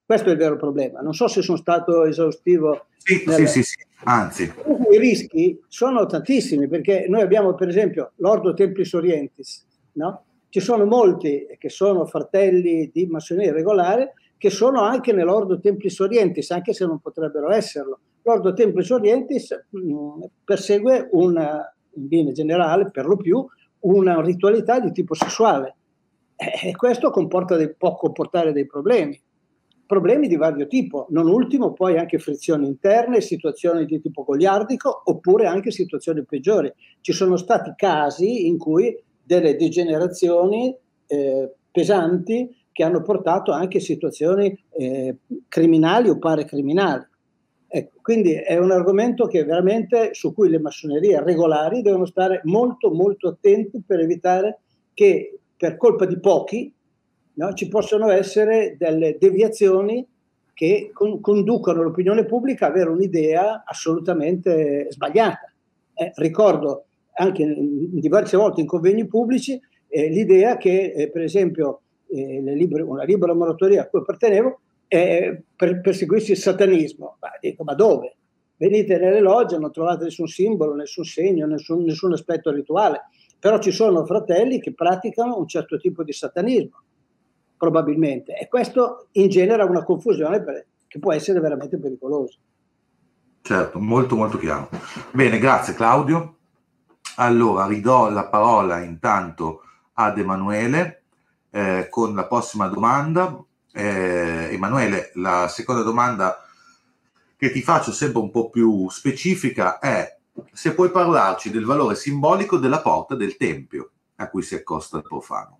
Questo è il vero problema. Non so se sono stato esaustivo. Sì, nella... sì, sì, sì, anzi. I rischi sono tantissimi, perché noi abbiamo per esempio l'Ordo Templis Orientis, no? Ci sono molti che sono fratelli di massoneria regolare che sono anche nell'Ordo Templis Orientis, anche se non potrebbero esserlo. L'Ordo Templis Orientis mh, persegue una, in linea generale, per lo più, una ritualità di tipo sessuale. E questo comporta dei, può comportare dei problemi. Problemi di vario tipo, non ultimo poi anche frizioni interne, situazioni di tipo goliardico, oppure anche situazioni peggiori. Ci sono stati casi in cui delle degenerazioni eh, pesanti che hanno portato anche a situazioni eh, criminali o paracriminali. Ecco, quindi è un argomento che veramente su cui le massonerie regolari devono stare molto molto attenti per evitare che per colpa di pochi, no, ci possono essere delle deviazioni che con, conducono l'opinione pubblica a avere un'idea assolutamente sbagliata. Eh, ricordo anche in, diverse volte in convegni pubblici eh, l'idea che eh, per esempio eh, le libere, una libera moratoria a cui appartenevo eh, per perseguirsi il satanismo. Ma dico, ma dove? Venite nelle logge, non trovate nessun simbolo, nessun segno, nessun, nessun aspetto rituale, però ci sono fratelli che praticano un certo tipo di satanismo, probabilmente, e questo ingenera una confusione per, che può essere veramente pericolosa. Certo, molto molto chiaro. Bene, grazie Claudio. Allora ridò la parola intanto ad Emanuele eh, con la prossima domanda. Eh, Emanuele, la seconda domanda che ti faccio, sempre un po' più specifica, è se puoi parlarci del valore simbolico della porta del tempio a cui si accosta il profano.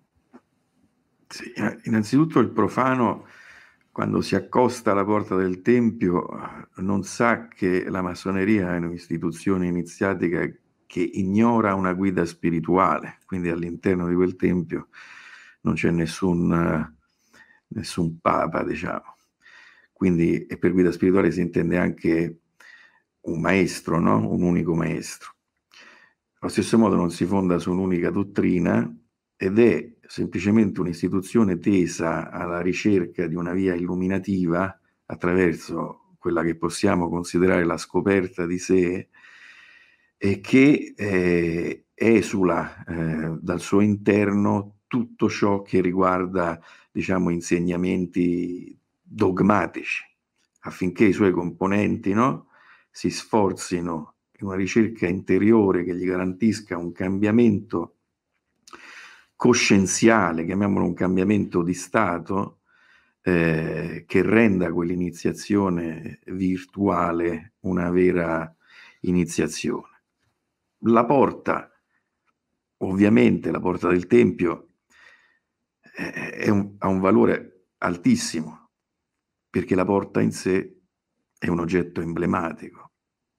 Sì, innanzitutto il profano, quando si accosta alla porta del tempio, non sa che la massoneria è un'istituzione iniziatica che ignora una guida spirituale, quindi all'interno di quel tempio non c'è nessun, nessun papa, diciamo. Quindi, e per guida spirituale si intende anche un maestro, no? Un unico maestro. Allo stesso modo non si fonda su un'unica dottrina ed è semplicemente un'istituzione tesa alla ricerca di una via illuminativa attraverso quella che possiamo considerare la scoperta di sé e che eh, esula eh, dal suo interno tutto ciò che riguarda, diciamo, insegnamenti dogmatici, affinché i suoi componenti, no, si sforzino in una ricerca interiore che gli garantisca un cambiamento coscienziale, chiamiamolo un cambiamento di stato, eh, che renda quell'iniziazione virtuale una vera iniziazione. La porta, ovviamente la porta del Tempio, eh, è un, ha un valore altissimo, perché la porta in sé è un oggetto emblematico,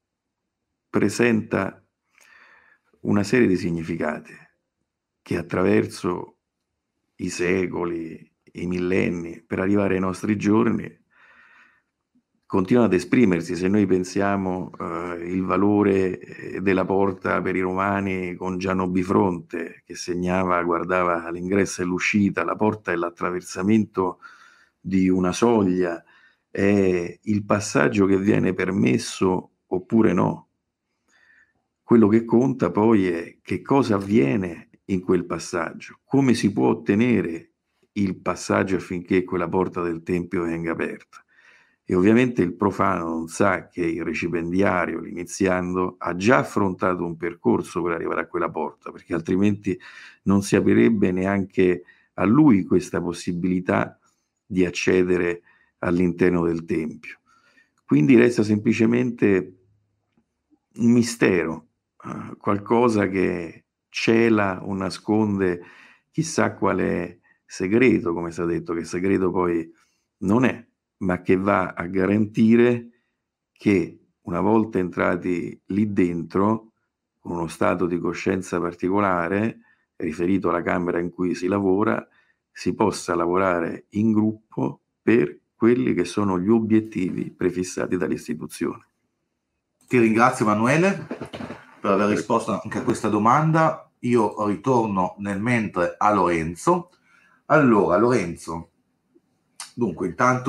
presenta una serie di significati che attraverso i secoli, i millenni, per arrivare ai nostri giorni, continuano ad esprimersi. Se noi pensiamo eh, il valore della porta per i romani con Giano Bifronte, che segnava, guardava l'ingresso e l'uscita, la porta è l'attraversamento di una soglia, è il passaggio che viene permesso oppure no. Quello che conta poi è che cosa avviene in quel passaggio, come si può ottenere il passaggio affinché quella porta del Tempio venga aperta. E ovviamente il profano non sa che il recipendiario, l'iniziando, ha già affrontato un percorso per arrivare a quella porta, perché altrimenti non si aprirebbe neanche a lui questa possibilità di accedere all'interno del Tempio. Quindi resta semplicemente un mistero, uh, qualcosa che cela o nasconde chissà quale segreto, come si è detto, che segreto poi non è, ma che va a garantire che una volta entrati lì dentro, con uno stato di coscienza particolare, riferito alla camera in cui si lavora, si possa lavorare in gruppo per quelli che sono gli obiettivi prefissati dall'istituzione. Ti ringrazio Emanuele per aver risposto anche a questa domanda. Io ritorno nel mentre a Lorenzo. Allora Lorenzo, dunque intanto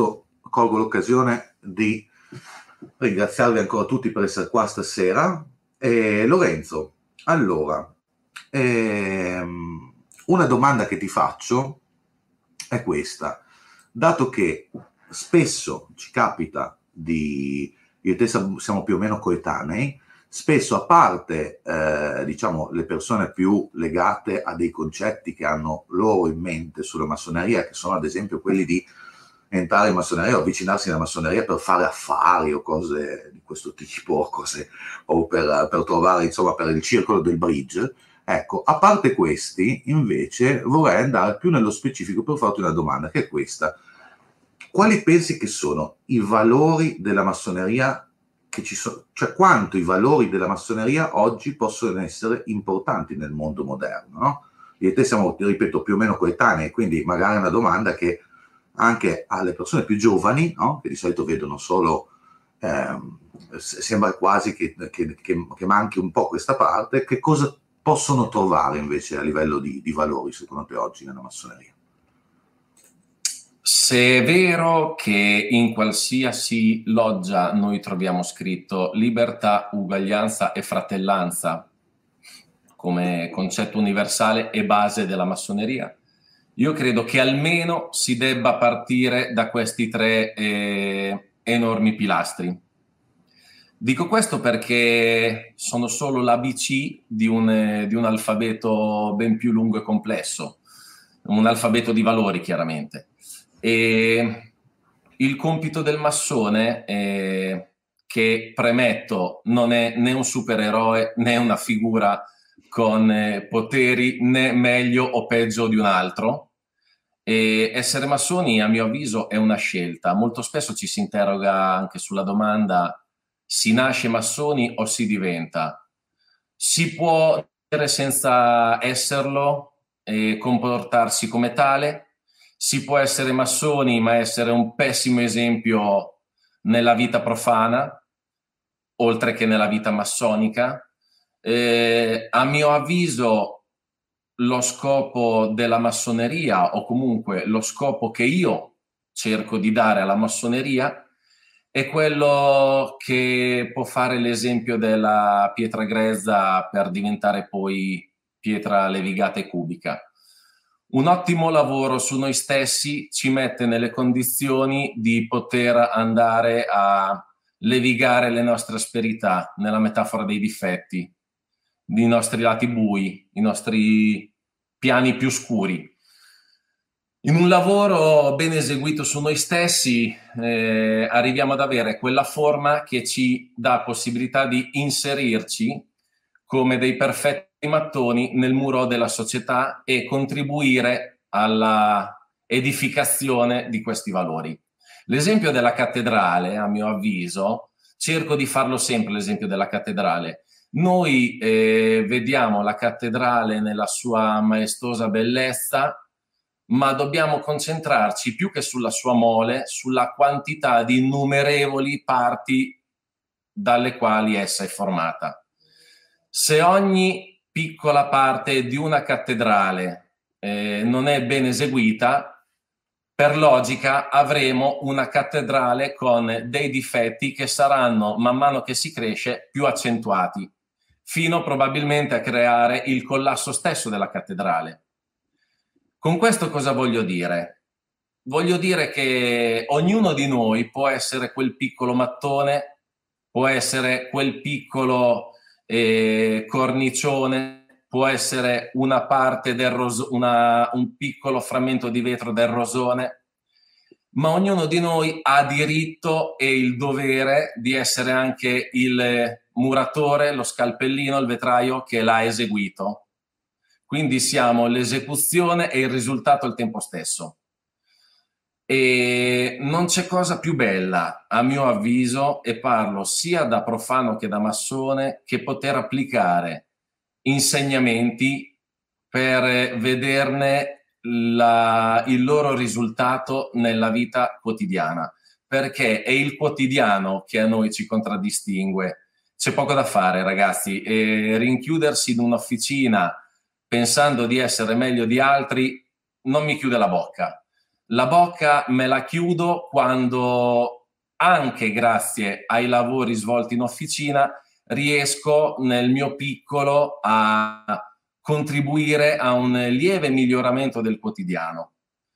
colgo l'occasione di ringraziarvi ancora tutti per essere qua stasera. E Lorenzo, allora, ehm, una domanda che ti faccio è questa. Dato che spesso ci capita di, io e te siamo più o meno coetanei, spesso a parte eh, diciamo le persone più legate a dei concetti che hanno loro in mente sulla massoneria, che sono ad esempio quelli di entrare in massoneria o avvicinarsi alla massoneria per fare affari o cose di questo tipo, cose, o per, per trovare, insomma, per il circolo del bridge. Ecco, a parte questi, invece, vorrei andare più nello specifico per farti una domanda, che è questa. Quali pensi che sono i valori della massoneria che ci sono, cioè quanto i valori della massoneria oggi possono essere importanti nel mondo moderno, no? Io e te siamo, ripeto, più o meno coetanei, quindi magari è una domanda che anche alle persone più giovani, no? Che di solito vedono solo, ehm, sembra quasi che, che, che, che manchi un po' questa parte, che cosa possono trovare invece a livello di, di valori secondo te oggi nella massoneria? Se è vero che in qualsiasi loggia noi troviamo scritto libertà, uguaglianza e fratellanza come concetto universale e base della massoneria, io credo che almeno si debba partire da questi tre eh, enormi pilastri. Dico questo perché sono solo l'A B C di un, di un alfabeto ben più lungo e complesso, un alfabeto di valori chiaramente. E il compito del massone, eh, che premetto non è né un supereroe né una figura con eh, poteri né meglio o peggio di un altro. E essere massoni, a mio avviso, è una scelta. Molto spesso ci si interroga anche sulla domanda: si nasce massoni o si diventa? Si può essere senza esserlo e comportarsi come tale. Si può essere massoni ma essere un pessimo esempio nella vita profana, oltre che nella vita massonica. Eh, a mio avviso lo scopo della massoneria, o comunque lo scopo che io cerco di dare alla massoneria, è quello che può fare l'esempio della pietra grezza per diventare poi pietra levigata e cubica. Un ottimo lavoro su noi stessi ci mette nelle condizioni di poter andare a levigare le nostre asperità, nella metafora dei difetti, i nostri lati bui, i nostri piani più scuri. In un lavoro ben eseguito su noi stessi eh, arriviamo ad avere quella forma che ci dà possibilità di inserirci come dei perfetti mattoni nel muro della società e contribuire alla edificazione di questi valori. L'esempio della cattedrale, a mio avviso, cerco di farlo sempre l'esempio della cattedrale. Noi eh, vediamo la cattedrale nella sua maestosa bellezza, ma dobbiamo concentrarci più che sulla sua mole, sulla quantità di innumerevoli parti dalle quali essa è formata. Se ogni piccola parte di una cattedrale eh, non è ben eseguita, per logica avremo una cattedrale con dei difetti che saranno, man mano che si cresce, più accentuati, fino probabilmente a creare il collasso stesso della cattedrale. Con questo cosa voglio dire? Voglio dire che ognuno di noi può essere quel piccolo mattone, può essere quel piccolo eh, cornicione, può essere una parte del roso, una, un piccolo frammento di vetro del rosone, ma ognuno di noi ha diritto e il dovere di essere anche il muratore, lo scalpellino, il vetraio che l'ha eseguito. Quindi siamo l'esecuzione e il risultato al tempo stesso. E non c'è cosa più bella, a mio avviso, e parlo sia da profano che da massone, che poter applicare insegnamenti per vederne la, il loro risultato nella vita quotidiana, perché è il quotidiano che a noi ci contraddistingue. C'è poco da fare, ragazzi, e rinchiudersi in un'officina pensando di essere meglio di altri non mi chiude la bocca. la bocca me la chiudo quando, anche grazie ai lavori svolti in officina, riesco nel mio piccolo a contribuire a un lieve miglioramento del quotidiano.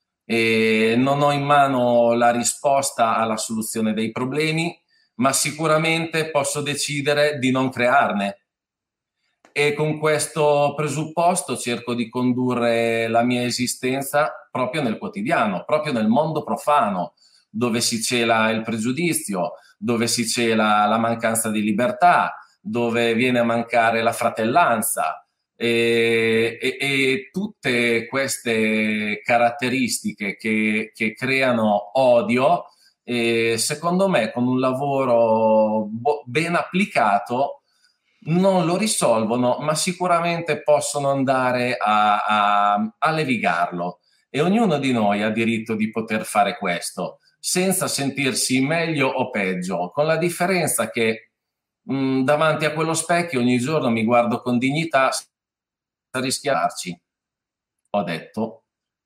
E non ho in mano la risposta alla soluzione dei problemi, ma sicuramente posso decidere di non crearne. E con questo presupposto cerco di condurre la mia esistenza proprio nel quotidiano, proprio nel mondo profano, dove si cela il pregiudizio, dove si cela la mancanza di libertà, dove viene a mancare la fratellanza. E, e, e tutte queste caratteristiche che, che creano odio, e secondo me con un lavoro ben applicato non lo risolvono, ma sicuramente possono andare a, a, a levigarlo. E ognuno di noi ha diritto di poter fare questo, senza sentirsi meglio o peggio, con la differenza che mh, davanti a quello specchio ogni giorno mi guardo con dignità, senza rischiarci. Ho detto.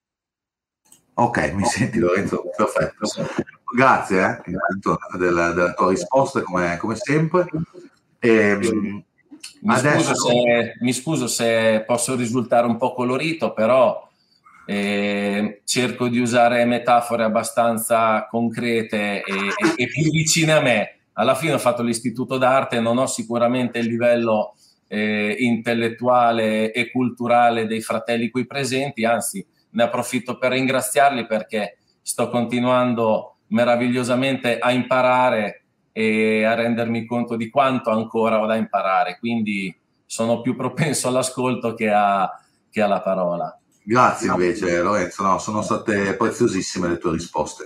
Ok, mi senti Lorenzo? Perfetto. Grazie eh, della, della tua risposta, come, come sempre. E, mi, adesso... scuso se, mi scuso se posso risultare un po' colorito, però eh, cerco di usare metafore abbastanza concrete e, e, e più vicine a me. Alla fine ho fatto l'istituto d'arte, non ho sicuramente il livello eh, intellettuale e culturale dei fratelli qui presenti, anzi ne approfitto per ringraziarli perché sto continuando meravigliosamente a imparare e a rendermi conto di quanto ancora ho da imparare, quindi sono più propenso all'ascolto che, a, che alla parola. Grazie invece Lorenzo, no, sono state preziosissime le tue risposte.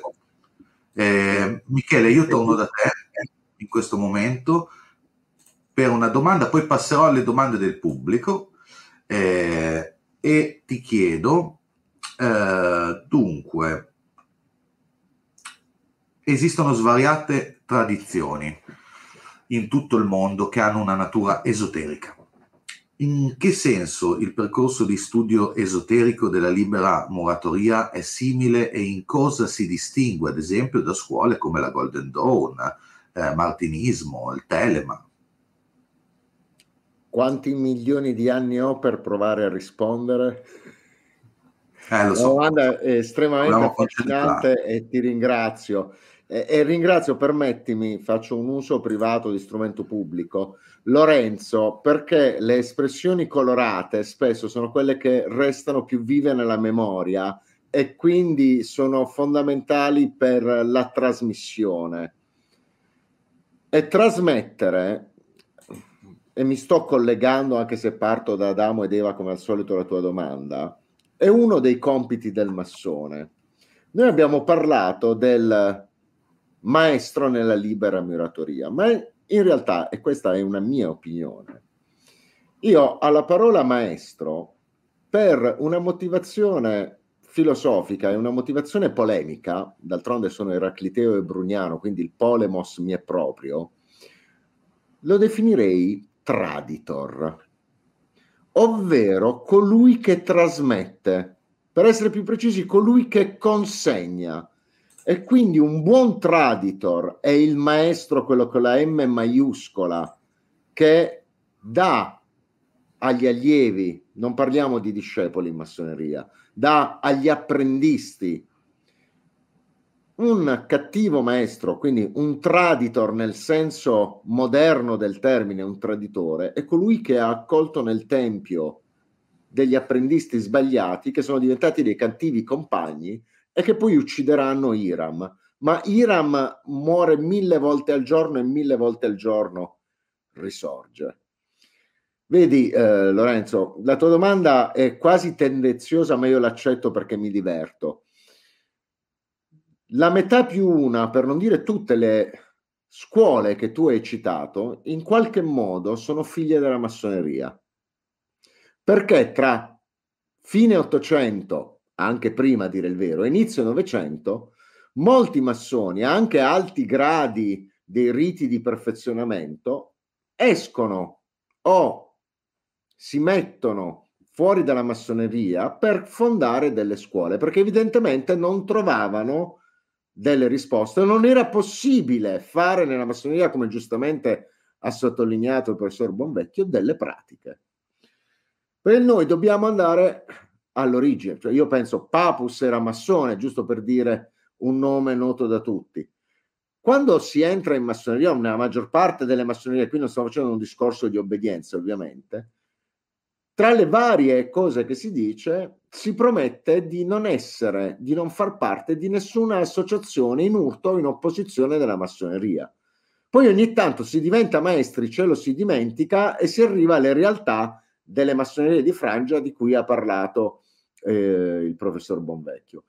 Eh, Michele, io torno da te in questo momento per una domanda, poi passerò alle domande del pubblico eh, e ti chiedo, eh, dunque, esistono svariate tradizioni in tutto il mondo che hanno una natura esoterica. In che senso il percorso di studio esoterico della libera moratoria è simile e in cosa si distingue, ad esempio, da scuole come la Golden Dawn, eh, Martinismo, il Telema? Quanti milioni di anni ho per provare a rispondere? Eh, lo so. La domanda è estremamente affascinante e ti ringrazio. E, e ringrazio, permettimi, faccio un uso privato di strumento pubblico, Lorenzo, perché le espressioni colorate spesso sono quelle che restano più vive nella memoria e quindi sono fondamentali per la trasmissione. E trasmettere, e mi sto collegando anche se parto da Adamo ed Eva come al solito alla tua domanda, è uno dei compiti del massone. Noi abbiamo parlato del maestro nella libera miratoria, ma in realtà, e questa è una mia opinione, io alla parola maestro, per una motivazione filosofica e una motivazione polemica, d'altronde sono eracliteo e bruniano, quindi il polemos mi è proprio, lo definirei traditor, ovvero colui che trasmette, per essere più precisi, colui che consegna. E quindi un buon traditor è il maestro, quello con la M maiuscola, che dà agli allievi, non parliamo di discepoli in massoneria, dà agli apprendisti. Un cattivo maestro, quindi un traditor nel senso moderno del termine, un traditore, è colui che ha accolto nel tempio degli apprendisti sbagliati che sono diventati dei cattivi compagni e che poi uccideranno Hiram. Ma Hiram muore mille volte al giorno e mille volte al giorno risorge. Vedi, eh, Lorenzo, la tua domanda è quasi tendenziosa, ma io l'accetto perché mi diverto. La metà più una, per non dire tutte le scuole che tu hai citato, in qualche modo sono figlie della massoneria. Perché tra fine Ottocento, anche prima a dire il vero, inizio Novecento, molti massoni, anche a alti gradi dei riti di perfezionamento, escono o si mettono fuori dalla massoneria per fondare delle scuole, perché evidentemente non trovavano delle risposte. Non era possibile fare nella massoneria, come giustamente ha sottolineato il professor Bonvecchio, delle pratiche. Per noi dobbiamo andare all'origine, cioè io penso Papus era massone, giusto per dire un nome noto da tutti. Quando si entra in massoneria, nella maggior parte delle massonerie, qui non sto facendo un discorso di obbedienza ovviamente, tra le varie cose che si dice, si promette di non essere, di non far parte di nessuna associazione in urto o in opposizione della massoneria. Poi ogni tanto si diventa maestri, ce lo si dimentica e si arriva alle realtà delle massonerie di frangia di cui ha parlato eh, il professor Bonvecchio.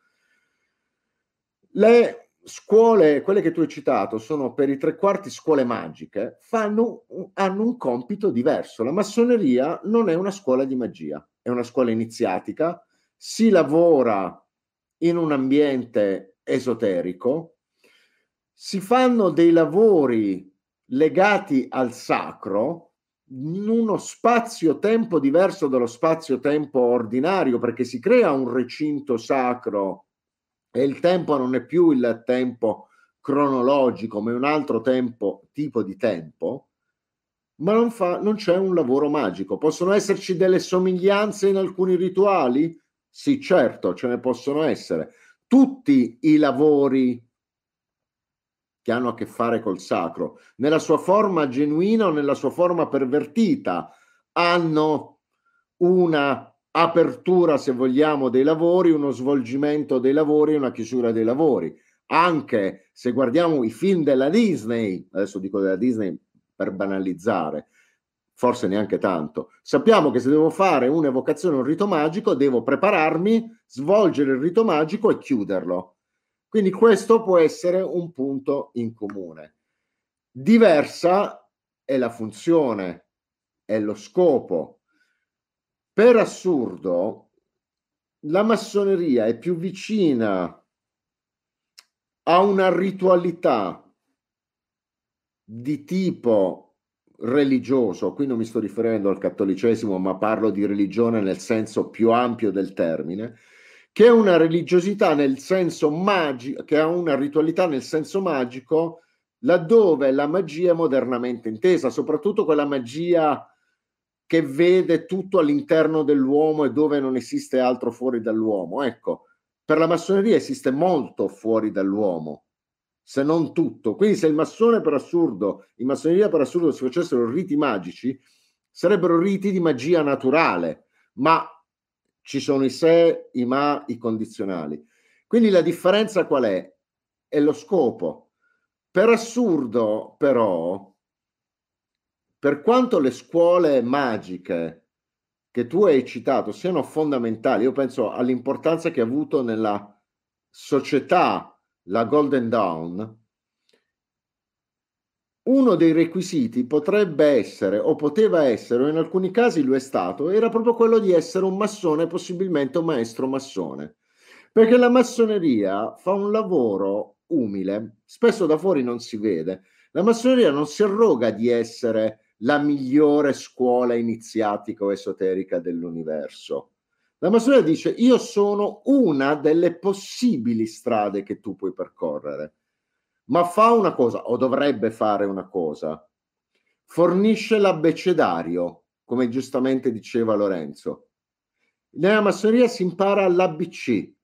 Le scuole, quelle che tu hai citato, sono per i tre quarti scuole magiche, fanno, hanno un compito diverso. La massoneria non è una scuola di magia, è una scuola iniziatica, si lavora in un ambiente esoterico, si fanno dei lavori legati al sacro, in uno spazio-tempo diverso dallo spazio-tempo ordinario, perché si crea un recinto sacro e il tempo non è più il tempo cronologico, ma è un altro tempo, tipo di tempo, ma non, fa, non c'è un lavoro magico. Possono esserci delle somiglianze in alcuni rituali? Sì, certo, ce ne possono essere. Tutti i lavori che hanno a che fare col sacro, nella sua forma genuina o nella sua forma pervertita, hanno una apertura, se vogliamo, dei lavori, uno svolgimento dei lavori e una chiusura dei lavori. Anche se guardiamo i film della Disney, adesso dico della Disney per banalizzare, forse neanche tanto, sappiamo che se devo fare un'evocazione, un rito magico, devo prepararmi, svolgere il rito magico e chiuderlo. Quindi questo può essere un punto in comune. Diversa è la funzione, è lo scopo. Per assurdo, la massoneria è più vicina a una ritualità di tipo religioso, qui non mi sto riferendo al cattolicesimo, ma parlo di religione nel senso più ampio del termine, che è una religiosità nel senso magico, che ha una ritualità nel senso magico, laddove la magia è modernamente intesa, soprattutto quella magia che vede tutto all'interno dell'uomo e dove non esiste altro fuori dall'uomo. Ecco, per la massoneria esiste molto fuori dall'uomo, se non tutto. Quindi se il massone per assurdo, in massoneria per assurdo si facessero riti magici, sarebbero riti di magia naturale, ma ci sono i se, i ma, i condizionali. Quindi la differenza qual è? È lo scopo. Per assurdo, però, per quanto le scuole magiche che tu hai citato siano fondamentali, io penso all'importanza che ha avuto nella società la Golden Dawn, uno dei requisiti potrebbe essere, o poteva essere, o in alcuni casi lo è stato, era proprio quello di essere un massone, possibilmente un maestro massone. Perché la massoneria fa un lavoro umile, spesso da fuori non si vede. La massoneria non si arroga di essere la migliore scuola iniziatica o esoterica dell'universo. La massoneria dice: io sono una delle possibili strade che tu puoi percorrere. Ma fa una cosa, o dovrebbe fare una cosa, fornisce l'abbecedario, come giustamente diceva Lorenzo. Nella massoneria si impara l'A B C,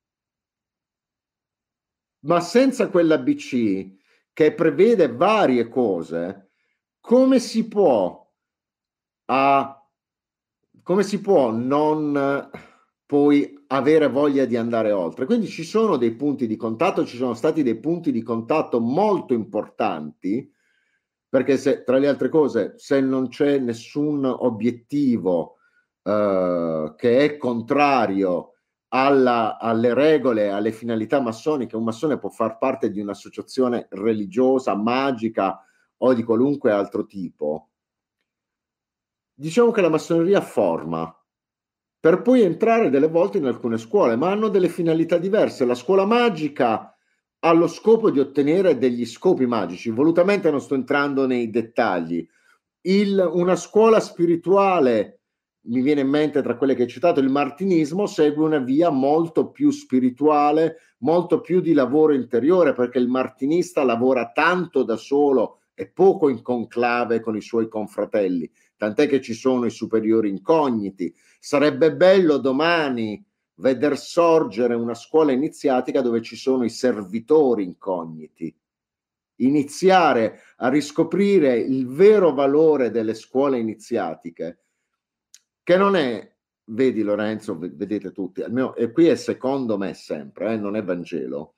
ma senza quell'A B C che prevede varie cose, come si può, a, come si può non poi avere voglia di andare oltre? Quindi ci sono dei punti di contatto, ci sono stati dei punti di contatto molto importanti, perché se, tra le altre cose, se non c'è nessun obiettivo eh, che è contrario alla, alle regole, alle finalità massoniche, un massone può far parte di un'associazione religiosa, magica o di qualunque altro tipo. Diciamo che la massoneria forma, per poi entrare delle volte in alcune scuole, ma hanno delle finalità diverse. La scuola magica ha lo scopo di ottenere degli scopi magici, volutamente non sto entrando nei dettagli. Il, una scuola spirituale mi viene in mente tra quelle che hai citato, il martinismo segue una via molto più spirituale, molto più di lavoro interiore, perché il martinista lavora tanto da solo e poco in conclave con i suoi confratelli, tant'è che ci sono i superiori incogniti. Sarebbe bello domani veder sorgere una scuola iniziatica dove ci sono i servitori incogniti, iniziare a riscoprire il vero valore delle scuole iniziatiche, che non è, vedi Lorenzo, vedete tutti, almeno, e qui è secondo me sempre, eh, non è Vangelo.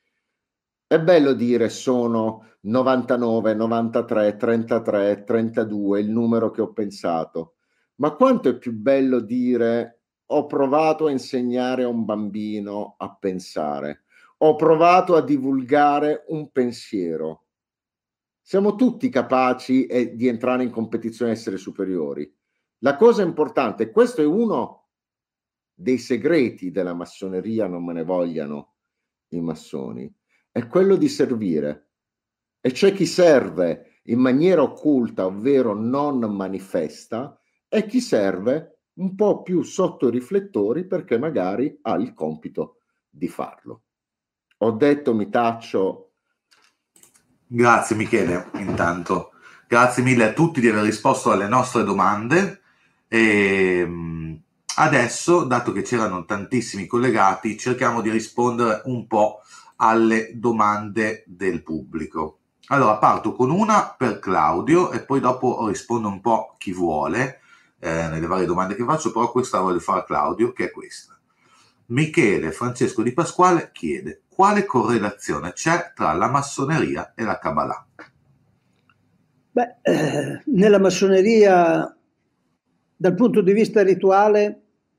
È bello dire sono novantanove, novantatré, trentatré, trentadue, il numero che ho pensato, ma quanto è più bello dire ho provato a insegnare a un bambino a pensare, ho provato a divulgare un pensiero. Siamo tutti capaci eh, di entrare in competizione e essere superiori. La cosa importante, questo è uno dei segreti della massoneria, non me ne vogliano i massoni, è quello di servire. E c'è chi serve in maniera occulta, ovvero non manifesta, e chi serve un po' più sotto i riflettori perché magari ha il compito di farlo. Ho detto, mi taccio. Grazie Michele, intanto. Grazie mille a tutti di aver risposto alle nostre domande. E adesso, dato che c'erano tantissimi collegati, cerchiamo di rispondere un po' alle domande del pubblico. Allora, parto con una per Claudio e poi dopo rispondo un po' chi vuole eh, nelle varie domande che faccio, però questa la voglio fare a Claudio, che è questa. Michele Francesco Di Pasquale chiede: quale correlazione c'è tra la massoneria e la Kabbalah? Beh, eh, nella massoneria, dal punto di vista rituale,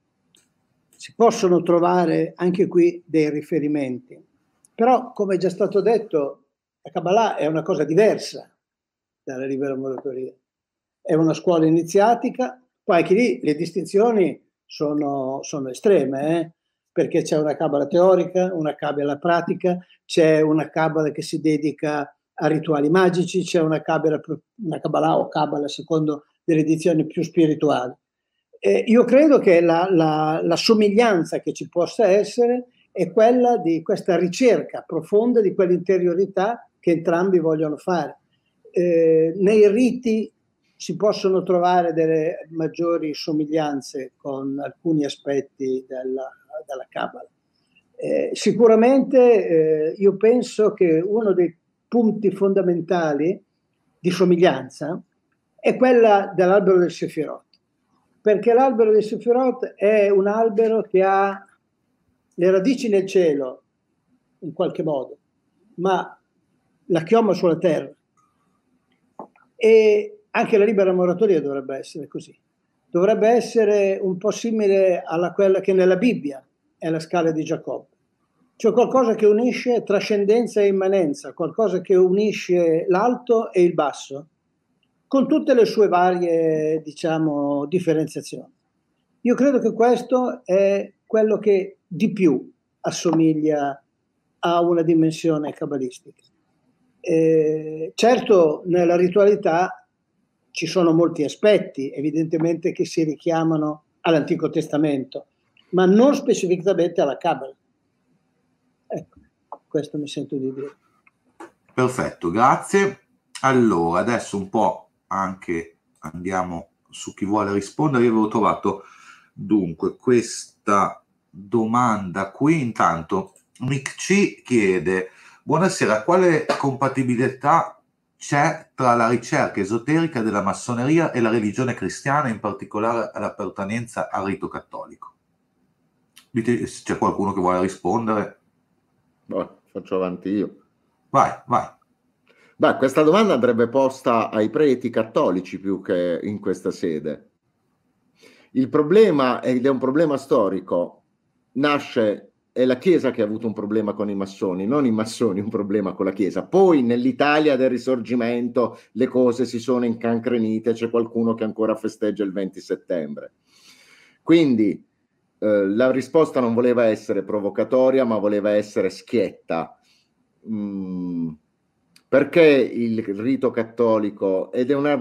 si possono trovare anche qui dei riferimenti. Però, come è già stato detto, la Kabbalah è una cosa diversa dalla libera moratoria. È una scuola iniziatica, poi anche lì le distinzioni sono, sono estreme, eh? Perché c'è una Kabbalah teorica, una Kabbalah pratica, c'è una Kabbalah che si dedica a rituali magici, c'è una Kabbalah, una Kabbalah o Kabbalah secondo delle edizioni più spirituali. Eh, io credo che la, la, la somiglianza che ci possa essere è quella di questa ricerca profonda di quell'interiorità che entrambi vogliono fare. Eh, nei riti si possono trovare delle maggiori somiglianze con alcuni aspetti della, della Kabbalah. Eh, sicuramente eh, io penso che uno dei punti fondamentali di somiglianza è quella dell'albero del Sefirot, perché l'albero del Sefirot è un albero che ha le radici nel cielo, in qualche modo, ma la chioma sulla terra. E anche la libera moratoria dovrebbe essere così. Dovrebbe essere un po' simile alla quella che nella Bibbia è la scala di Giacobbe. Cioè qualcosa che unisce trascendenza e immanenza, qualcosa che unisce l'alto e il basso, con tutte le sue varie, diciamo, differenziazioni. Io credo che questo è quello che di più assomiglia a una dimensione cabalistica. Eh, certo, nella ritualità ci sono molti aspetti, evidentemente, che si richiamano all'Antico Testamento, ma non specificamente alla Kabbalah. Ecco, questo mi sento di dire. Perfetto, grazie. Allora, adesso un po' anche andiamo su chi vuole rispondere. Io avevo trovato dunque questa domanda qui. Intanto Mick C chiede: buonasera, quale compatibilità c'è tra la ricerca esoterica della massoneria e la religione cristiana, in particolare l'appartenenza al rito cattolico? Dite se c'è qualcuno che vuole rispondere. Boh, faccio avanti io. Vai, vai. Beh, questa domanda andrebbe posta ai preti cattolici più che in questa sede. Il problema, ed è un problema storico, nasce, è la Chiesa che ha avuto un problema con i massoni, non i massoni un problema con la Chiesa. Poi nell'Italia del Risorgimento le cose si sono incancrenite, c'è qualcuno che ancora festeggia il venti settembre. Quindi eh, la risposta non voleva essere provocatoria, ma voleva essere schietta. Mm, perché il rito cattolico, ed è una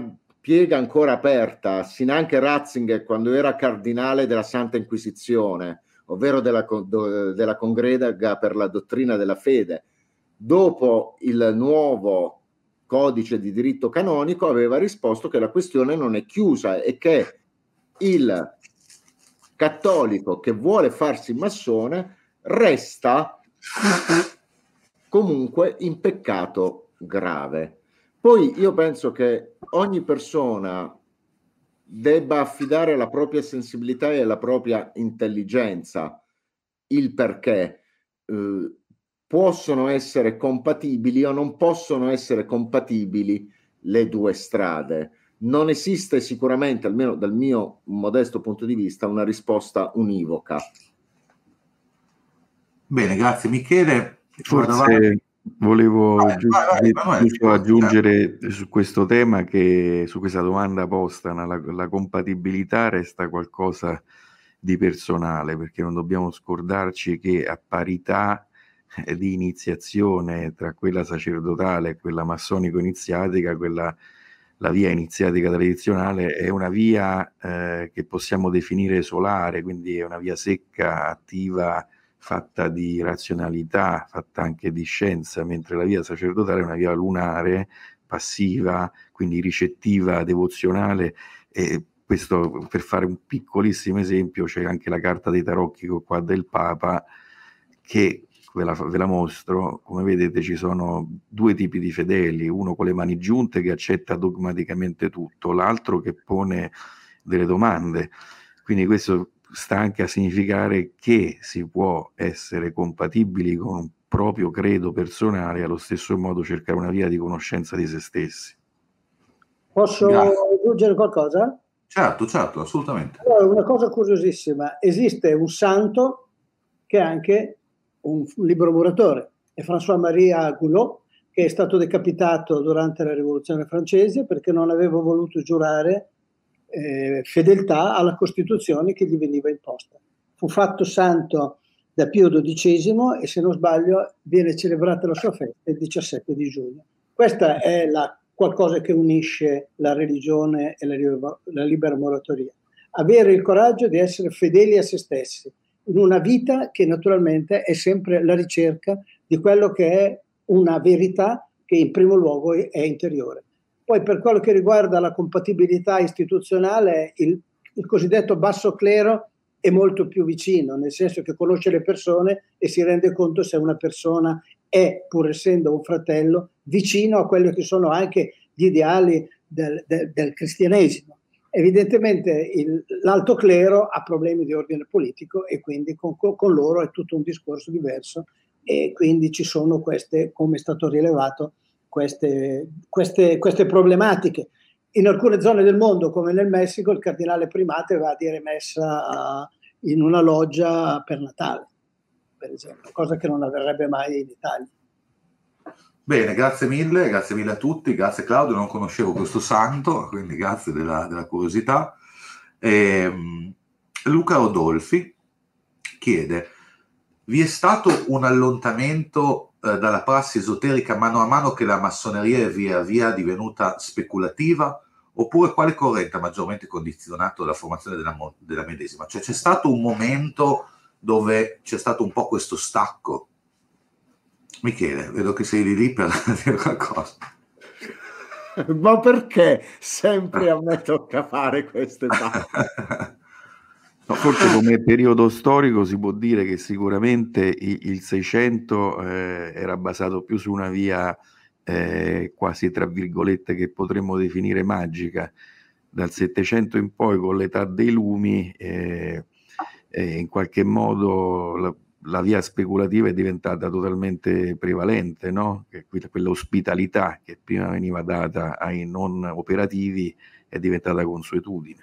piega ancora aperta, finanche Ratzinger quando era cardinale della Santa Inquisizione, ovvero della, della Congrega per la dottrina della fede, dopo il nuovo codice di diritto canonico aveva risposto che la questione non è chiusa e che il cattolico che vuole farsi massone resta comunque in peccato grave. Poi io penso che ogni persona debba affidare la propria sensibilità e la propria intelligenza, il perché eh, possono essere compatibili o non possono essere compatibili le due strade. Non esiste sicuramente, almeno dal mio modesto punto di vista, una risposta univoca. Bene, grazie Michele. Forse volevo vai, giusto, vai, vai, giusto aggiungere su questo tema, che su questa domanda posta, la, la compatibilità resta qualcosa di personale, perché non dobbiamo scordarci che a parità di iniziazione tra quella sacerdotale e quella massonico-iniziatica, quella la via iniziatica tradizionale è una via eh, che possiamo definire solare, quindi è una via secca, attiva, fatta di razionalità, fatta anche di scienza, mentre la via sacerdotale è una via lunare, passiva, quindi ricettiva, devozionale. E questo, per fare un piccolissimo esempio, c'è anche la carta dei tarocchi qua del Papa, che ve la, ve la mostro. Come vedete ci sono due tipi di fedeli, uno con le mani giunte che accetta dogmaticamente tutto, l'altro che pone delle domande. Quindi questo sta anche a significare che si può essere compatibili con un proprio credo personale e allo stesso modo cercare una via di conoscenza di se stessi. Posso Grazie. aggiungere qualcosa? Certo, certo, assolutamente. Allora, una cosa curiosissima, esiste un santo che è anche un libero muratore, è François-Marie Goulot, che è stato decapitato durante la Rivoluzione francese perché non aveva voluto giurare eh, fedeltà alla Costituzione che gli veniva imposta. Fu fatto santo da Pio dodicesimo e, se non sbaglio, viene celebrata la sua festa il diciassette di giugno. Questa è la, qualcosa che unisce la religione e la, la libera moratoria. Avere il coraggio di essere fedeli a se stessi, in una vita che naturalmente è sempre la ricerca di quello che è una verità che in primo luogo è interiore. Poi, per quello che riguarda la compatibilità istituzionale, il, il cosiddetto basso clero è molto più vicino, nel senso che conosce le persone e si rende conto se una persona è, pur essendo un fratello, vicino a quelli che sono anche gli ideali del, del, del cristianesimo. Evidentemente il, l'alto clero ha problemi di ordine politico e quindi con, con loro è tutto un discorso diverso, e quindi ci sono queste, come è stato rilevato, queste, queste, queste problematiche. In alcune zone del mondo, come nel Messico, il cardinale primate va di rimessa in una loggia per Natale, per esempio, cosa che non avverrebbe mai in Italia. Bene, grazie mille, grazie mille a tutti, grazie Claudio, non conoscevo questo santo, quindi grazie della, della curiosità. E, um, Luca Rodolfi chiede: vi è stato un allontanamento eh, dalla prassi esoterica mano a mano che la massoneria è via via divenuta speculativa, oppure quale corrente ha maggiormente condizionato la formazione della, della medesima? Cioè c'è stato un momento dove c'è stato un po' questo stacco? Michele, vedo che sei lì lì per dire qualcosa. Ma perché sempre a me tocca fare queste tappe? No, forse come periodo storico si può dire che sicuramente il, il Seicento eh, era basato più su una via eh, quasi tra virgolette che potremmo definire magica. Dal Settecento in poi, con l'età dei lumi, eh, eh, in qualche modo la, la via speculativa è diventata totalmente prevalente, no? Che quella ospitalità che prima veniva data ai non operativi è diventata consuetudine.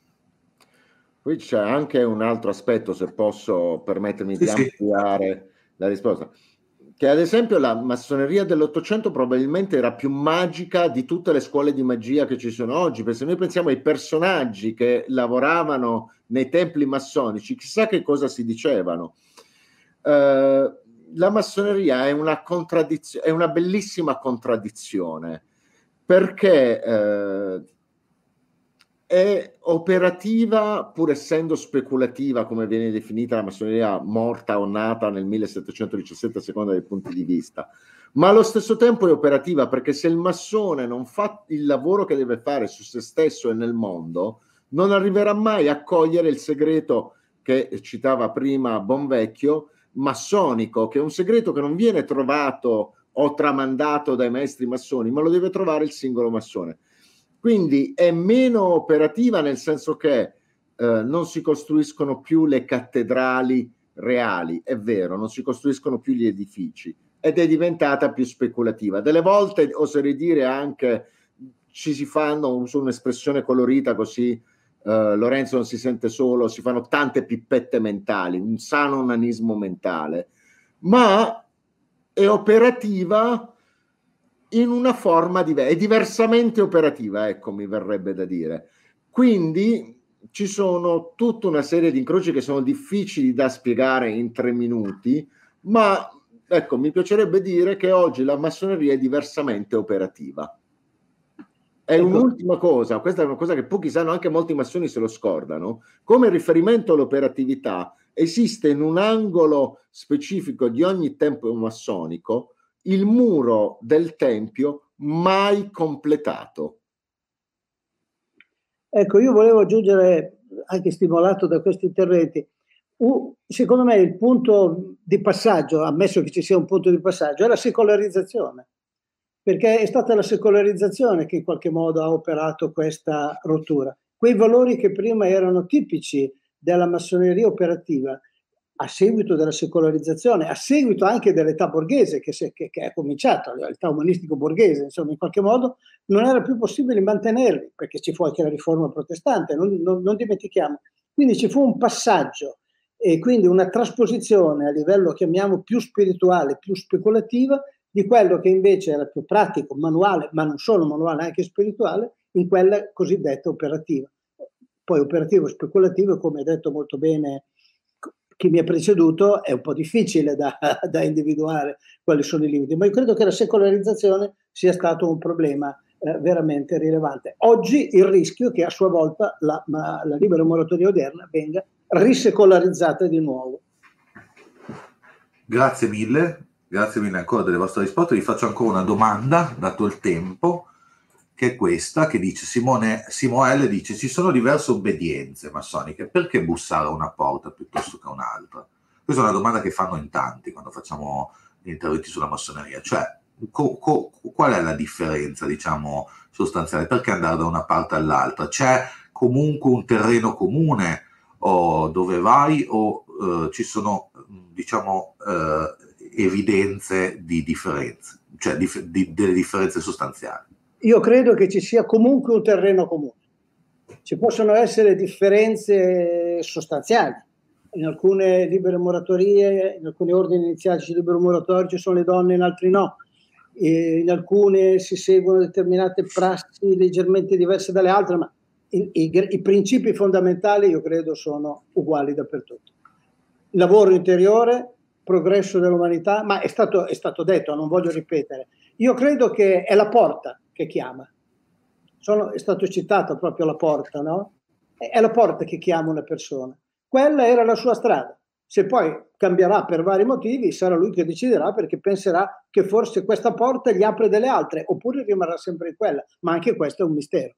Qui c'è anche un altro aspetto, se posso permettermi sì, di ampliare sì. la risposta, che ad esempio la massoneria dell'Ottocento probabilmente era più magica di tutte le scuole di magia che ci sono oggi, perché se noi pensiamo ai personaggi che lavoravano nei templi massonici, chissà che cosa si dicevano. Uh, la massoneria è una contraddizione, è una bellissima contraddizione, perché uh, è operativa pur essendo speculativa, come viene definita la massoneria morta o nata nel millesettecentodiciassette a seconda dei punti di vista, ma allo stesso tempo è operativa perché se il massone non fa il lavoro che deve fare su se stesso e nel mondo, non arriverà mai a cogliere il segreto che citava prima Bonvecchio, massonico, che è un segreto che non viene trovato o tramandato dai maestri massoni, ma lo deve trovare il singolo massone. Quindi è meno operativa nel senso che eh, non si costruiscono più le cattedrali reali, è vero, non si costruiscono più gli edifici, ed è diventata più speculativa. Delle volte oserei dire anche ci si fanno, uso un'espressione colorita così Uh, Lorenzo non si sente solo, si fanno tante pippette mentali, un sano onanismo mentale, ma è operativa in una forma diversa, è diversamente operativa, ecco, mi verrebbe da dire. Quindi ci sono tutta una serie di incroci che sono difficili da spiegare in tre minuti, ma ecco, mi piacerebbe dire che oggi la massoneria è diversamente operativa. È ecco. Un'ultima cosa, questa è una cosa che pochi sanno, anche molti massoni se lo scordano, come riferimento all'operatività esiste in un angolo specifico di ogni tempio massonico il muro del tempio mai completato. Ecco, io volevo aggiungere, anche stimolato da questi interventi, uh, secondo me il punto di passaggio, ammesso che ci sia un punto di passaggio, è la secolarizzazione. Perché è stata la secolarizzazione che in qualche modo ha operato questa rottura. Quei valori che prima erano tipici della massoneria operativa, a seguito della secolarizzazione, a seguito anche dell'età borghese che, se, che, che è cominciata, l'età umanistico borghese, insomma, in qualche modo non era più possibile mantenerli, perché ci fu anche la riforma protestante, non, non, non dimentichiamo. Quindi ci fu un passaggio e quindi una trasposizione a livello, chiamiamo, più spirituale, più speculativa, di quello che invece era più pratico, manuale, ma non solo manuale, anche spirituale, in quella cosiddetta operativa. Poi operativo e speculativo, come ha detto molto bene chi mi ha preceduto, è un po' difficile da, da individuare quali sono i limiti, ma io credo che la secolarizzazione sia stato un problema eh, veramente rilevante. Oggi il rischio che a sua volta la, ma, la libera moratoria odierna venga risecolarizzata di nuovo. Grazie mille. Grazie mille ancora delle vostre risposte. Vi faccio ancora una domanda, dato il tempo, che è questa, che dice Simone, Simoelle dice: ci sono diverse obbedienze massoniche, perché bussare a una porta piuttosto che a un'altra? Questa è una domanda che fanno in tanti quando facciamo gli interventi sulla massoneria, cioè co, co, qual è la differenza, diciamo, sostanziale? Perché andare da una parte all'altra? C'è comunque un terreno comune o dove vai o eh, ci sono, diciamo, eh, evidenze di differenze, cioè di, di, delle differenze sostanziali? Io credo che ci sia comunque un terreno comune. Ci possono essere differenze sostanziali. In alcune libere moratorie, in alcuni ordini iniziatici libero moratorio ci sono le donne, in altri no. E in alcune si seguono determinate prassi leggermente diverse dalle altre, ma i, i, i principi fondamentali io credo sono uguali dappertutto. Il lavoro interiore, progresso dell'umanità, ma è stato, è stato detto, non voglio ripetere. Io credo che è la porta che chiama. Sono, è stato citato proprio la porta, no? È la porta che chiama una persona. Quella era la sua strada. Se poi cambierà per vari motivi, sarà lui che deciderà, perché penserà che forse questa porta gli apre delle altre, oppure rimarrà sempre in quella. Ma anche questo è un mistero.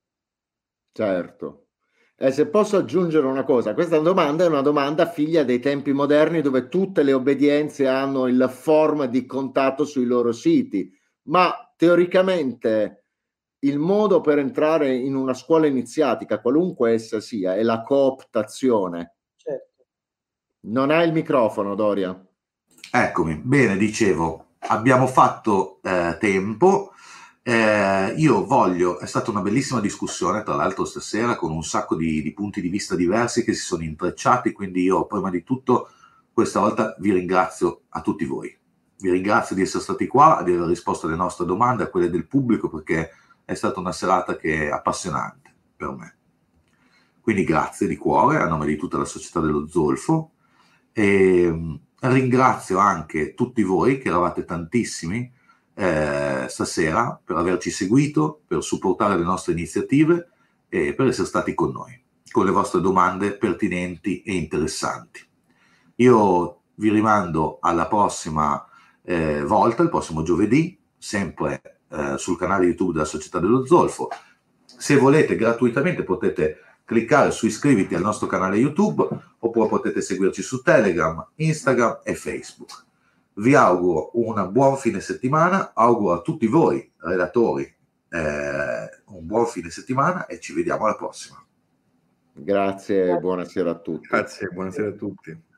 Certo. E se posso aggiungere una cosa, questa domanda è una domanda figlia dei tempi moderni, dove tutte le obbedienze hanno il form di contatto sui loro siti, ma teoricamente il modo per entrare in una scuola iniziatica, qualunque essa sia, è la cooptazione. Certo. Non hai il microfono, Doria. Eccomi, bene, dicevo, abbiamo fatto eh, tempo. Eh, io voglio, è stata una bellissima discussione tra l'altro stasera, con un sacco di, di punti di vista diversi che si sono intrecciati, quindi io prima di tutto questa volta vi ringrazio a tutti voi, vi ringrazio di essere stati qua, di aver risposto alle nostre domande, a quelle del pubblico, perché è stata una serata che è appassionante per me, quindi grazie di cuore a nome di tutta la società dello Zolfo, e ringrazio anche tutti voi che eravate tantissimi Eh, stasera, per averci seguito, per supportare le nostre iniziative, e per essere stati con noi, con le vostre domande pertinenti e interessanti. Io vi rimando alla prossima eh, volta, il prossimo giovedì, sempre eh, sul canale YouTube della Società dello Zolfo. Se volete gratuitamente potete cliccare su iscriviti al nostro canale YouTube, oppure potete seguirci su Telegram, Instagram e Facebook. Vi auguro un buon fine settimana, auguro a tutti voi relatori eh, un buon fine settimana e ci vediamo alla prossima. Grazie e buonasera a tutti. Grazie, buonasera a tutti.